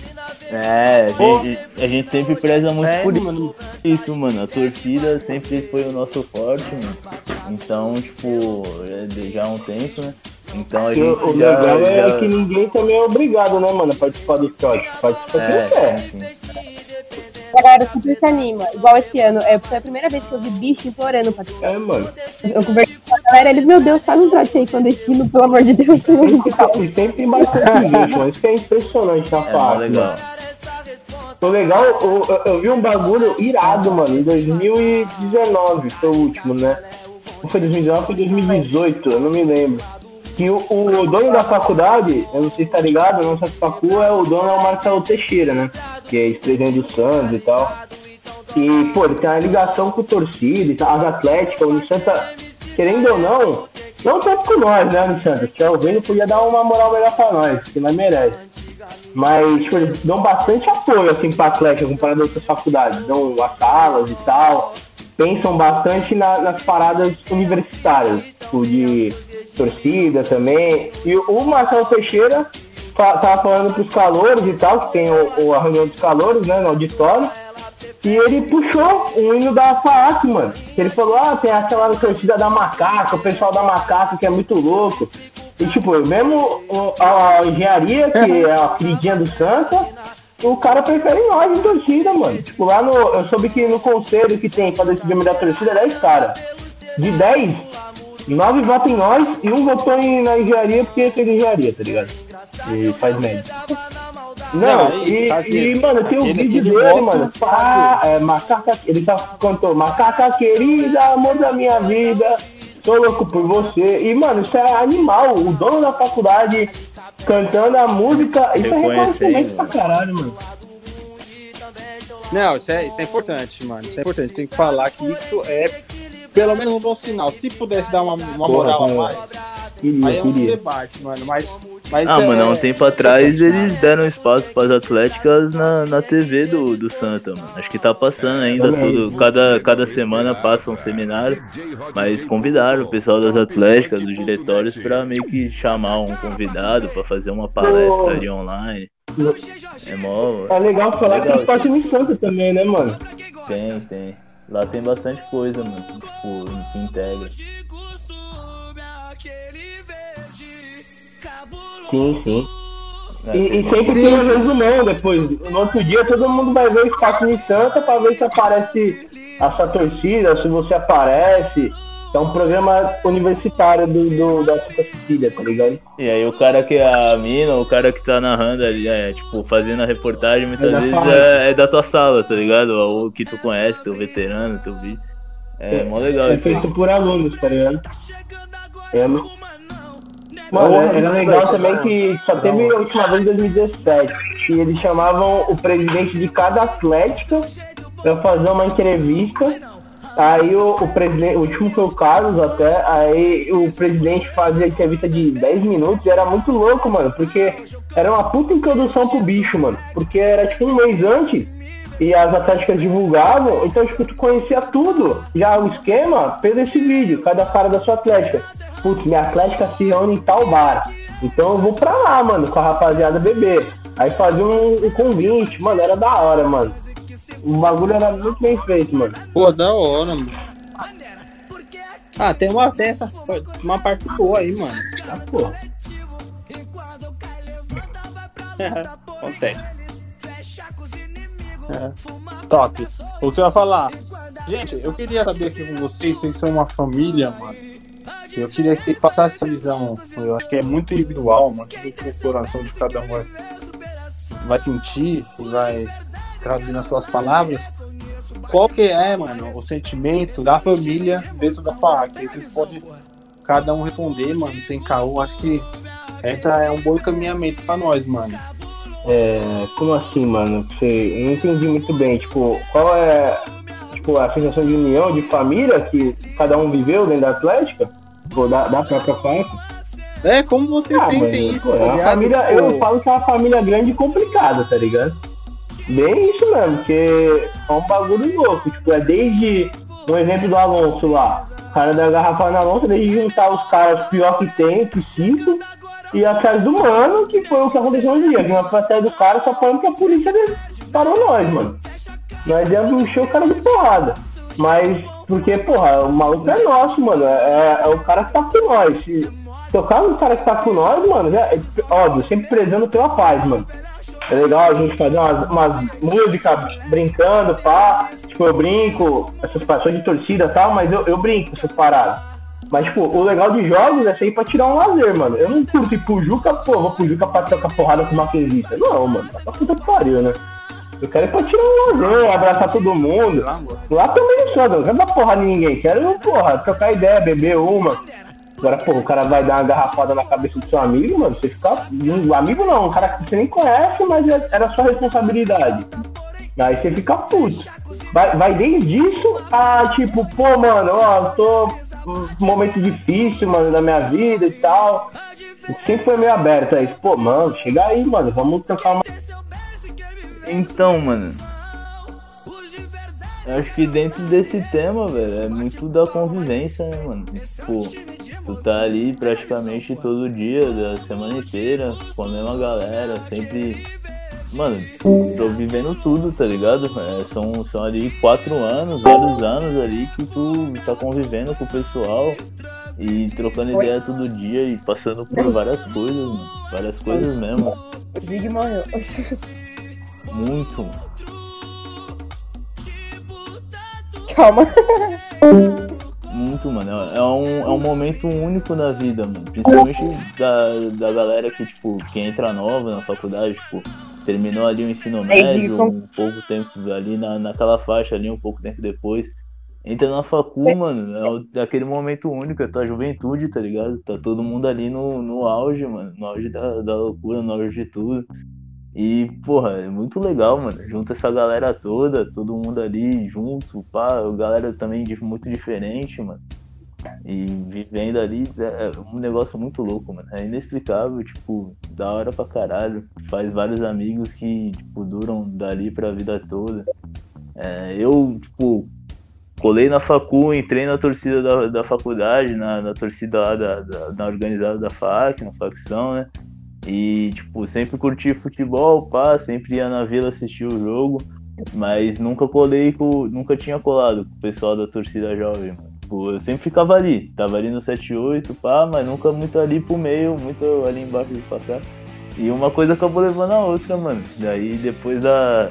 A gente sempre preza muito por isso, mano. A torcida sempre foi o nosso forte, mano. Então, tipo, já há um tempo, né? Então a gente o legal é que ninguém também é obrigado, né, mano, a participar dos trotes. Participa quem quer. Galera, super se anima. Igual esse ano, foi a primeira vez que eu vi bicho implorando pra trote. Mano. Eu conversei com a galera, eles, meu Deus, faz um trote aí clandestino, pelo amor de Deus. E sempre tem bastante gente, mano. Isso que é impressionante na fase. Legal. Foi legal, eu vi um bagulho irado, mano, em 2019, foi o último, né? Não foi 2019, foi 2018, eu não me lembro. que o dono da faculdade, eu não sei se tá ligado, a nossa facu o dono é o Marcelo Teixeira, né? Que é ex-presidente do Santos e tal. E, pô, ele tem uma ligação com torcida e tal, as Atléticas, o Unisanta, querendo ou não tanto com nós, né, Unisanta? Se o Vênio podia dar uma moral melhor pra nós, que nós merece. Mas, tipo, eles dão bastante apoio, assim, pra Atlética, comparado a outras faculdades. Dão as salas e tal, pensam bastante nas paradas universitárias, tipo, de torcida também. E o Marcelo Teixeira tava falando pros calouros e tal, que tem a reunião dos calouros, né, no auditório. E ele puxou um hino da FAAC, mano. Ele falou, tem aquela torcida da Macaca, o pessoal da Macaca que é muito louco. E tipo, mesmo a engenharia, que é a queridinha do Santa, o cara prefere nós em torcida, mano. Tipo, lá eu soube que no conselho que tem pra decidir a melhor torcida, 10 caras. De 10, 9 votam em nós e um votou na engenharia porque fez engenharia, tá ligado? E faz média. Não, mano, tem um vídeo dele, mano. Macaca, ele cantou Macaca querida, amor da minha vida, tô louco por você. E, mano, isso é animal. O dono da faculdade cantando a música, isso é reconhecimento pra caralho, mano. Não, isso é importante, mano. Isso é importante. Tem que falar que isso é pelo menos um bom sinal. Se pudesse dar uma moral a mais, aí é um debate, mano. Mas mano, há um tempo atrás eles deram espaço para as Atléticas na TV do Santa, mano. Acho que tá passando ainda tudo. Cada semana passa um seminário. Mas convidaram o pessoal das Atléticas, dos diretórios, pra meio que chamar um convidado pra fazer uma palestra ali online. É legal falar que faz parte do Santa também, né, mano? Tem. Lá tem bastante coisa, mano. Tipo, que integra. Sim. E sempre tem um resumão depois. No outro dia todo mundo vai ver o espaço de Santa pra ver se aparece a sua torcida, se você aparece. É um programa universitário da Santa Cecília, tá ligado? E aí o cara que é a mina, o cara que tá narrando ali, tipo, fazendo a reportagem, muitas vezes é da tua sala, tá ligado? Ou que tu conhece, teu veterano, teu vídeo. É mó legal. É feito por alunos, tá ligado? Mano, era legal também que só teve a última vez em 2017. E eles chamavam o presidente de cada atlética pra fazer uma entrevista. Aí o presidente, o último foi o Carlos até, aí o presidente fazia entrevista de 10 minutos e era muito louco, mano, porque era uma puta introdução pro bicho, mano. Porque era tipo um mês antes e as atléticas divulgavam, então tipo, tu conhecia tudo. Já o esquema fez esse vídeo, cada cara da sua atlética. Putz, minha atlética se reúne em tal bar, então eu vou pra lá, mano, com a rapaziada beber. Aí fazia um convite, mano, era da hora, mano. O bagulho era muito bem feito, mano. Pô, da hora, mano. Tem uma parte boa aí, mano. Pô. Acontece. Top. O que eu ia falar? Gente, eu queria saber aqui com vocês são uma família, mano. Eu queria que vocês passassem essa visão. Eu acho que é muito individual, mano. Tudo que o coração de cada um vai sentir e vai traduzir nas suas palavras. Qual que é, mano, o sentimento da família dentro da FAAC? Vocês podem cada um responder, mano, sem caô. Acho que essa é um bom encaminhamento pra nós, mano. Como assim, mano? Eu não entendi muito bem. Tipo, qual é a sensação de união, de família que cada um viveu dentro da Atlética? Ou da própria FAAC? Como vocês sentem isso? Pô, a família, eu falo que é uma família grande e complicada, tá ligado? Bem isso mesmo, porque é um bagulho louco. Tipo, é desde um exemplo do Alonso lá, o cara da garrafa na Alonso, desde juntar os caras pior que tem, que cinco, e atrás do mano, que foi o que aconteceu no dia. Vinha pra trás do cara só falando que a polícia parou nós, mano. Nós íamos encher o cara de porrada. Mas, porque, porra, o maluco é nosso, mano. É o cara que tá com nós. Se tocar no cara que tá com nós, mano, óbvio, sempre prezando pela paz, mano. É legal a gente fazer umas músicas brincando, pá. Tipo, eu brinco, essas paradas de torcida e tal, mas eu brinco essas paradas. Mas, tipo, o legal de jogos é sair pra tirar um lazer, mano. Eu não curto ir pro Juca, vou pro Juca pra trocar porrada com o Maquenzista. Não, mano, tá pra puta que pariu, né? Eu quero ir pra tirar um lazer, abraçar todo mundo. Lá também não sou, não quero dar porrada em ninguém. Quero, trocar ideia, beber uma. Agora, pô, o cara vai dar uma garrafada na cabeça do seu amigo, mano, você fica... Amigo não, um cara que você nem conhece, mas era sua responsabilidade. Aí você fica puto. Vai desde isso a, tipo, pô, mano, ó, tô num momento difícil, mano, da minha vida e tal. Sempre foi meio aberto aí. Pô, mano, chega aí, mano, vamos trocar uma... Então, mano, eu acho que dentro desse tema, velho, é muito da convivência, né, mano? Tipo, tu tá ali praticamente todo dia, da semana inteira, com a mesma galera, sempre... Mano, tô vivendo tudo, tá ligado? São ali 4 anos, vários anos ali que tu tá convivendo com o pessoal e trocando ideia todo dia e passando por várias coisas, mano. Várias coisas mesmo. O Zig morreu. Muito, mano. Calma. Muito, mano. É um momento único na vida, mano. Principalmente da galera que, tipo, que entra nova na faculdade, tipo, terminou ali o ensino médio, um pouco tempo ali naquela faixa ali, um pouco tempo depois. Entra na facu, mano, é aquele momento único, é tua juventude, tá ligado? Tá todo mundo ali no auge, mano. No auge da loucura, no auge de tudo. E, porra, é muito legal, mano. Junta essa galera toda, todo mundo ali junto, pá, galera também muito diferente, mano. E vivendo ali é um negócio muito louco, mano. É inexplicável, tipo, da hora pra caralho. Faz vários amigos que, tipo, duram dali pra vida toda. Eu, tipo, colei na facu, entrei na torcida da faculdade, na torcida lá na organizada da FAC, na facção, né? E, tipo, sempre curti futebol, pá, sempre ia na vila assistir o jogo, mas nunca tinha colado com o pessoal da torcida jovem, mano. Tipo, eu sempre ficava ali, tava ali no 7-8, pá, mas nunca muito ali pro meio, muito ali embaixo de passar. E uma coisa acabou levando a outra, mano. Daí depois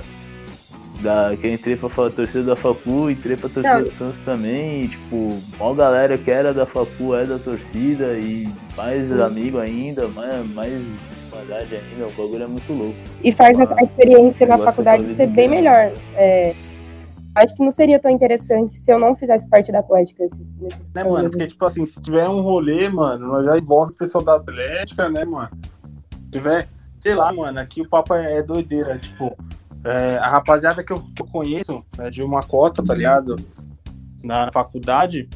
que eu entrei pra torcida da facu, entrei pra torcida do Santos também, e, tipo, maior galera que era da facu é da torcida, e mais amigo ainda, mais verdade ainda, o bagulho é muito louco. E faz a experiência na faculdade ser bem melhor. Acho que não seria tão interessante se eu não fizesse parte da Atlética. Né, mano? Porque, tipo assim, se tiver um rolê, mano, nós já envolve o pessoal da Atlética, né, mano? Se tiver, sei lá, mano, aqui o papo é doideira, tipo, a rapaziada que eu conheço, de uma cota, tá ligado? Na faculdade,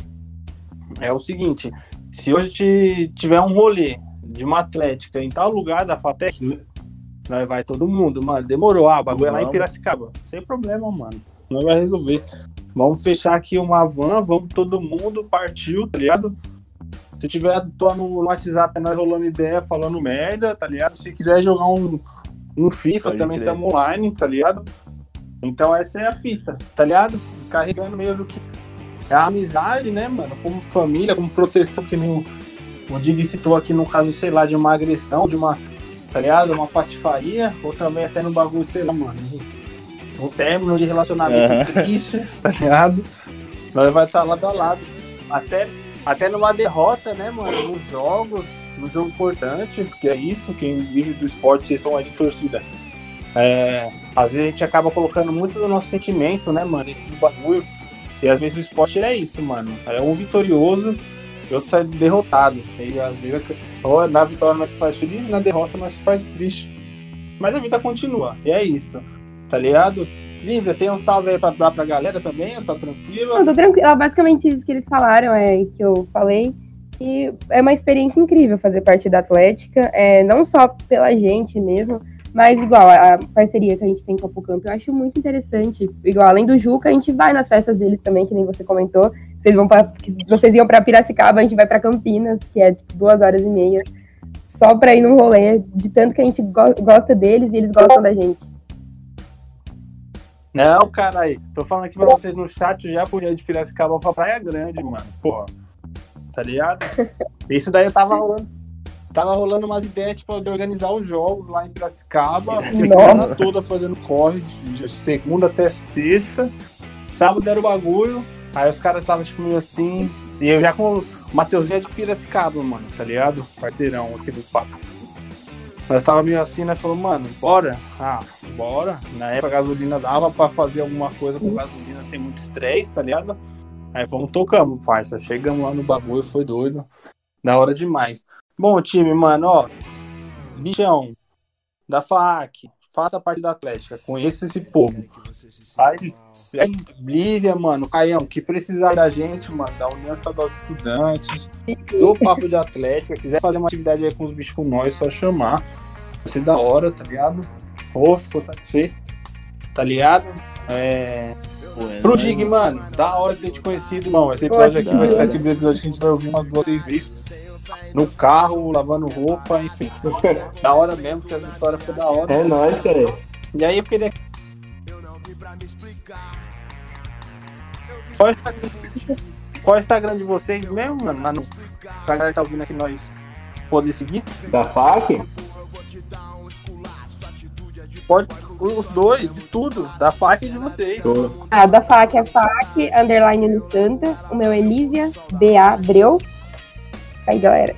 é o seguinte, se hoje tiver um rolê de uma Atlética em tal lugar da FATEC, nós vai todo mundo, mano, demorou, o bagulho é lá em Piracicaba, sem problema, mano, nós vai resolver. Vamos fechar aqui uma van, vamos todo mundo, partiu, tá ligado? Se tiver, tô no WhatsApp, nós rolando ideia, falando merda, tá ligado? Se quiser jogar um FIFA, pode também estamos online, tá ligado? Então essa é a fita, tá ligado? Carregando meio do que é a amizade, né, mano? Como família, como proteção, que nem o Dig citou aqui no caso, sei lá, de uma agressão, de uma, tá ligado? Uma patifaria, ou também até no bagulho, sei lá, mano, um término de relacionamento triste, tá ligado? Nós vai estar lado a lado. Até numa derrota, né, mano? Nos jogos, no jogo importante, porque é isso, quem vive do esporte, vocês são de torcida. Às vezes a gente acaba colocando muito do nosso sentimento, né, mano, no bagulho. E às vezes o esporte é isso, mano. É um vitorioso e outro sai derrotado. E às vezes, na vitória nós se faz feliz e na derrota nós se faz triste. Mas a vida continua, e é isso, tá ligado? Lívia, tem um salve aí pra dar pra galera também? Tá tranquila? Eu tô tranquila, basicamente isso que eles falaram, que eu falei. E é uma experiência incrível fazer parte da Atlética, não só pela gente mesmo, mas igual a parceria que a gente tem com a Apocamp, eu acho muito interessante. Igual, além do Juca, a gente vai nas festas deles também, que nem você comentou. Vocês iam pra Piracicaba, a gente vai pra Campinas, que é 2h30, só pra ir num rolê, de tanto que a gente gosta deles e eles gostam da gente. Não, cara, aí. Tô falando aqui pra vocês no chat, já podia de Piracicaba pra Praia Grande, mano. Pô, tá ligado? Isso daí eu tava rolando umas ideias, tipo, de organizar os jogos lá em Piracicaba. Fiquei a semana toda fazendo corre, de segunda até sexta. Sábado era o bagulho. Aí os caras estavam, tipo, meio assim. E eu já com o Mateuzinho de Piracicaba, mano, tá ligado? Parceirão aqui do papo. Nós tava meio assim, né? Falou, mano, bora? Bora. Na época a gasolina dava pra fazer alguma coisa com gasolina sem muito estresse, tá ligado? Aí fomos, tocamos, parça. Chegamos lá no bagulho, foi doido. Da hora demais. Bom, time, mano, ó. Bichão, da FAAC, faça parte da Atlética, conheça esse povo. Aí, Lívia, mano, Caião, que precisar da gente, mano, da União Estadual de Estudantes, do Papo de Atlética, quiser fazer uma atividade aí com os bichos com nós, só chamar. Vai ser da hora, tá ligado? Ô, ficou satisfeito, tá ligado? Pro Dig, mano, da hora ter te conhecido, irmão. Esse episódio aqui vai ser aqueles episódios que a gente vai ouvir umas 2 ou 3 vezes. No carro, lavando roupa, enfim. Da hora mesmo, porque as histórias foram da hora. É nóis, cara. E aí eu queria. Qual é o Instagram de vocês mesmo, mano? Lá no... Pra galera que tá ouvindo aqui, nós poder seguir. Da FAC? Pode, os dois, de tudo. Da FAC e de vocês. Da FAC é FAC, _ Santa. O meu é Lívia, BA Breu. Aí, galera.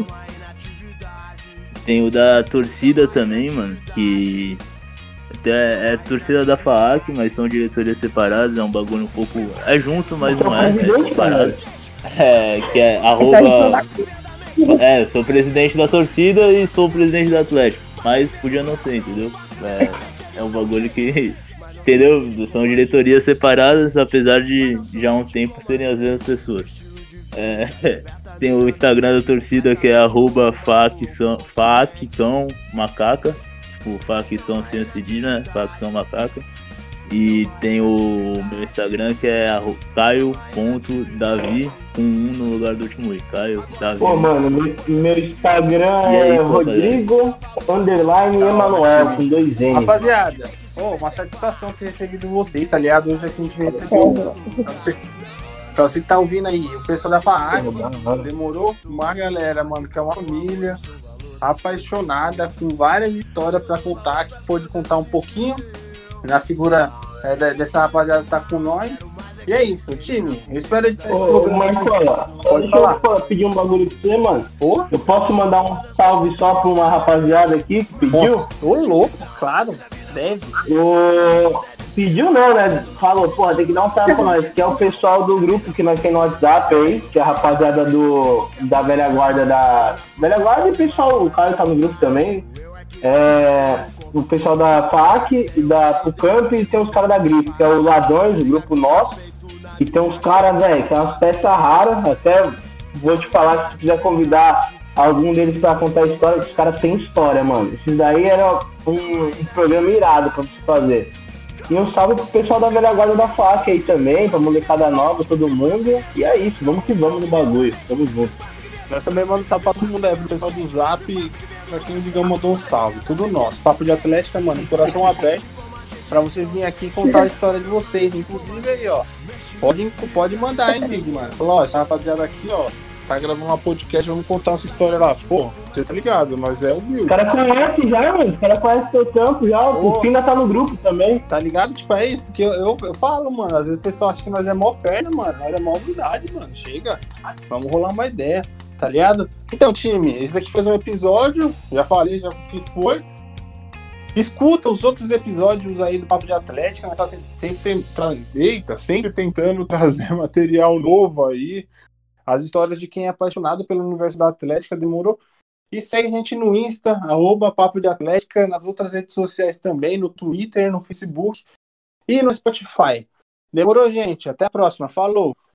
Tem o da torcida também, mano, que é torcida da FAAC, mas são diretorias separadas, é um bagulho um pouco... É junto, mas não é separado. Que é arroba... eu sou presidente da torcida e sou presidente do Atlético, mas podia não ser, entendeu? É um bagulho que... Entendeu? São diretorias separadas, apesar de já há um tempo serem as mesmas pessoas. Tem o Instagram da torcida que é @facçãomacaca, tipo facção sem o cedilha, né? Facção macaca. E tem o meu Instagram que é caio.davi com no lugar do último i, Caio Davi. Pô, mano, meu Instagram é Rodrigo_Emanuel com 2 N. Rapaziada, uma satisfação ter recebido vocês, tá ligado? Hoje aqui a gente recebeu pra você que tá ouvindo aí, o pessoal da FAAC, demorou uma galera, mano, que é uma família apaixonada, com várias histórias pra contar, que pôde contar um pouquinho na figura dessa rapaziada que tá com nós. E é isso, time. Eu espero esse programa. Pode falar. Eu pedir um bagulho pra você, mano. Eu posso mandar um salve só pra uma rapaziada aqui que pediu? Ô, louco, claro, deve. Pediu não, né? Falou, porra, tem que dar um salve pra nós, que é o pessoal do grupo que nós temos no WhatsApp aí, que é a rapaziada da velha guarda velha guarda e o pessoal, o Caio tá no grupo também. O pessoal da FAC e da Pucamp e tem os caras da Grife, que é os Ladrões, o grupo nosso. E tem uns caras, velho, que é umas peças raras. Até vou te falar, se tu quiser convidar algum deles pra contar a história, os caras têm história, mano. Isso daí era um programa irado pra você fazer. E um salve pro pessoal da velha guarda da FAC aí também, pra molecada nova, todo mundo. E é isso, vamos que vamos no bagulho. Tamo junto. Nós também mandamos salve pra todo mundo aí, pro pessoal do Zap, pra quem digamos mandou um salve. Tudo nosso. Papo de Atlética, mano, coração aberto pra vocês virem aqui contar a história de vocês. Inclusive aí, ó. Pode mandar, hein, Dig, mano. Falou, essa rapaziada aqui, ó, tá gravando uma podcast, vamos contar essa história lá. Pô, você tá ligado, nós é humilde. O cara conhece já, mano. O cara conhece seu trampo já. O Pina tá no grupo também. Tá ligado? Tipo, é isso. Porque eu falo, mano. Às vezes o pessoal acha que nós é mó perna, mano. Nós é mó humildade, mano. Chega. Vamos rolar uma ideia. Tá ligado? Então, time, esse daqui fez um episódio. Já falei já o que foi. Escuta os outros episódios aí do Papo de Atlética. Nós tá sempre tentando trazer material novo aí. As histórias de quem é apaixonado pelo universo da Atlética, demorou? E segue a gente no Insta, @Papo de Atlética, nas outras redes sociais também, no Twitter, no Facebook e no Spotify. Demorou, gente? Até a próxima. Falou!